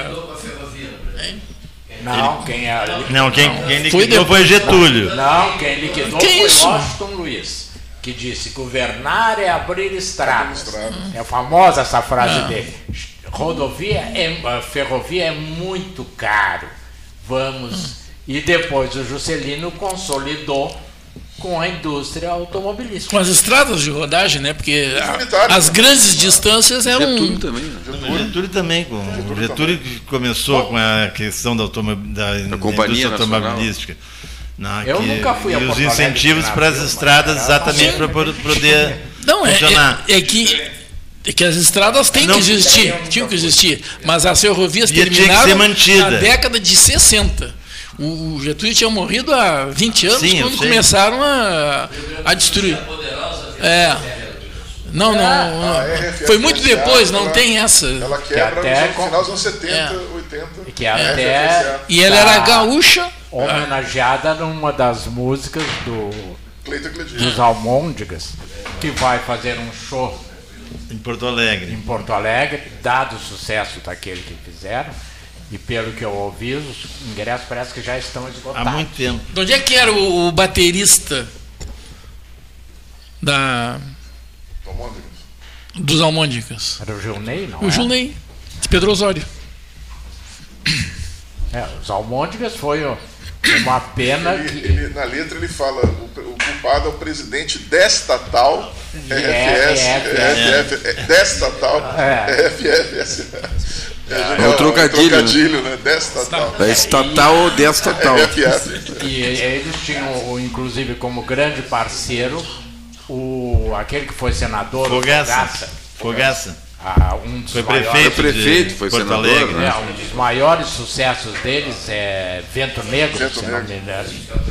É, Não, quem, é, não, quem, não, quem foi liquidou foi Getúlio. Não, quem liquidou que foi isso? Washington Luiz, que disse: governar é abrir estradas. É famosa essa frase não. dele. Rodovia, é, ferrovia é muito caro. Vamos. Hum. E depois o Juscelino consolidou com a indústria automobilística. Com as estradas de rodagem, né? Porque a, as grandes distâncias eram. Getúlio também. Né? Getúlio. Getúlio também. Com, Getúlio, Getúlio também. começou Bom, com a questão da, automo, da, da companhia indústria automobilística. Na, Eu que, nunca fui a E Porto os incentivos Alegre, para as estradas exatamente para poder Não, funcionar. É, é, é que. É que as estradas têm não, que existir, tinham que existir, mas as ferrovias e terminaram na década de sessenta. O Getúlio tinha morrido há vinte anos. Sim, quando começaram a, a destruir. É. Não, não. não. Foi muito depois, não tem essa. Ela quebra que até no final dos anos setenta, é. oitenta. Que até e ela era gaúcha. Homenageada numa das músicas do dos Almôndegas, que vai fazer um show em Porto Alegre. Em Porto Alegre, dado o sucesso daquele que fizeram. E pelo que eu ouvi, os ingressos parece que já estão esgotados. Há muito tempo. De onde é que era o, o baterista da Almôndegas. dos Almôndegas? Era o Gilney, não O é? Gilney, de Pedro Osório. É, os Almôndegas foi uma pena ele, que... Ele, na letra ele fala, o, o culpado é o presidente desta tal, R F S, desta tal, R F S. É o trocadilho, trocadilho, né? Desta tal. Da estatal ou desta tal. E eles tinham, inclusive, como grande parceiro, o, aquele que foi senador, Fogaça. Fogaça. Fogaça. Ah, um dos foi maiores, prefeito, foi prefeito, foi Porto senador. Alegre, né? É, um dos maiores sucessos deles é Vento Negro, Vento se não me engano.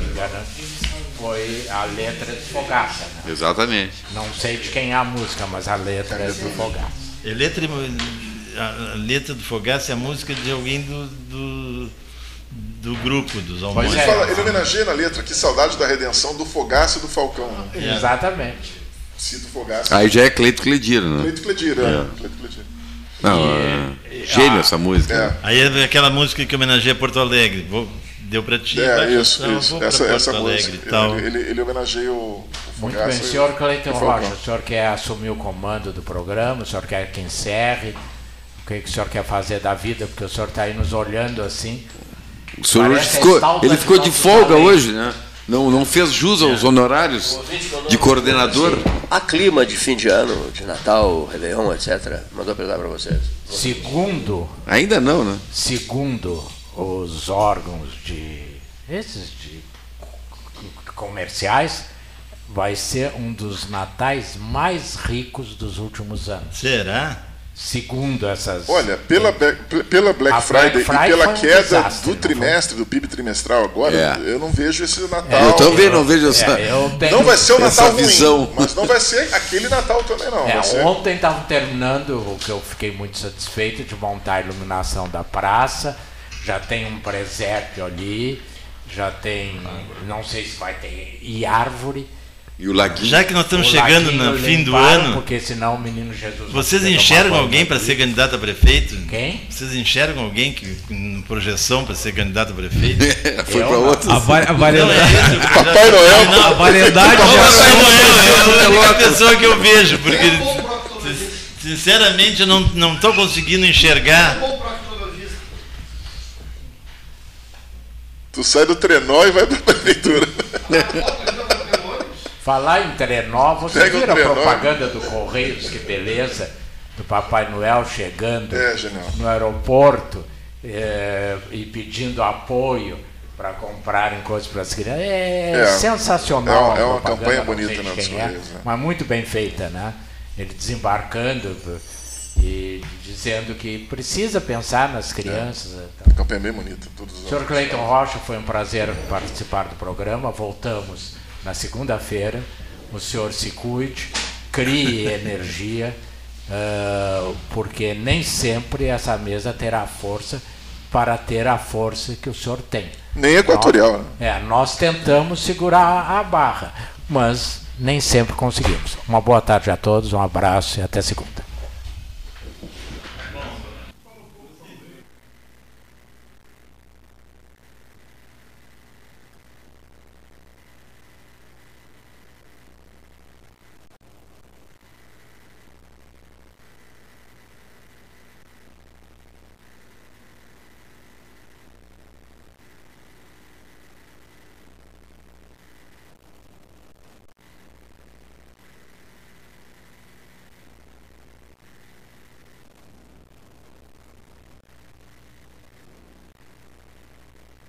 Foi a letra de Fogaça. Né? Exatamente. Não sei de quem é a música, mas a letra é do Fogaça. A letra, a letra do Fogaça é a música de alguém do, do, do grupo dos Almôndegas. Ele, fala, ele homenageia na letra Que Saudade da Redenção do Fogaça e do Falcão. Né? É. Exatamente. Cito Fogaça. Aí já é Cleito Clediro, né? Cleito Clediro, é. é. Cleito Clediro. Não, e, é gênio ah, essa música. É. Aí é aquela música que homenageia Porto Alegre. Vou, deu para ti. É, isso, isso. Essa, essa música. E tal. Ele, ele, ele homenageia o, o Muito bem, senhor Cleiton Rocha, o senhor quer assumir o comando do programa, o senhor quer que encerre, o que, que o senhor quer fazer da vida, porque o senhor está aí nos olhando assim. O senhor hoje ficou, ele ficou de folga hoje, né? Não, não fez jus aos honorários de coordenador. Há clima de fim de ano, de Natal, Réveillon, etcétera. Mandou apresentar para vocês. Segundo... Ainda não, né? Segundo os órgãos de... esses de comerciais, vai ser um dos natais mais ricos dos últimos anos. Será? segundo essas... Olha, pela, pela Black, A Friday, Black Friday e pela foi um queda desastre, do trimestre, do P I B trimestral agora, É. eu não vejo esse Natal. É, eu também não vejo essa- É, eu tenho- Não vai ser o essa Natal ruim, visão. mas não vai ser aquele Natal também não. É, vai ser... ontem estavam terminando, o que eu fiquei muito satisfeito, de montar a iluminação da praça. Já tem um presépio ali, já tem, não sei se vai ter, e árvore. E o laguinho. Já que nós estamos O chegando laguinho no fim do limparam, ano, porque senão o menino Jesus... vai vocês ter que tomar enxergam banho alguém na para ser vida. candidato a prefeito? Quem? Vocês enxergam alguém que com projeção para ser candidato a prefeito? Foi para outros. A, va a Não, variedade. é isso, eu já- Papai Noel. Não, A variedade Não, de Papai ação. Noel é a única pessoa que eu vejo, porque sinceramente eu não não estou conseguindo enxergar. Tu sai do trenó e vai para a prefeitura. Falar em trenó, você Pega o viram a trenó. propaganda do Correios, que beleza, do Papai Noel chegando É, genial. no aeroporto eh, e pedindo apoio para comprarem coisas para as crianças. É, É. sensacional. É uma- é a uma propaganda, campanha não sei bonita, de né, dos quem é, Correios, né? mas muito bem feita, né? Ele desembarcando e dizendo que precisa pensar nas crianças. A campanha é bem bonita. Todos os Senhor anos. Cleiton Rocha, foi um prazer participar do programa. Voltamos na segunda-feira. O senhor se cuide, crie energia, uh, porque nem sempre essa mesa terá força para ter a força que o senhor tem. Nem equatorial, Nós, é, nós tentamos segurar a barra, mas nem sempre conseguimos. Uma boa tarde a todos, um abraço e até segunda.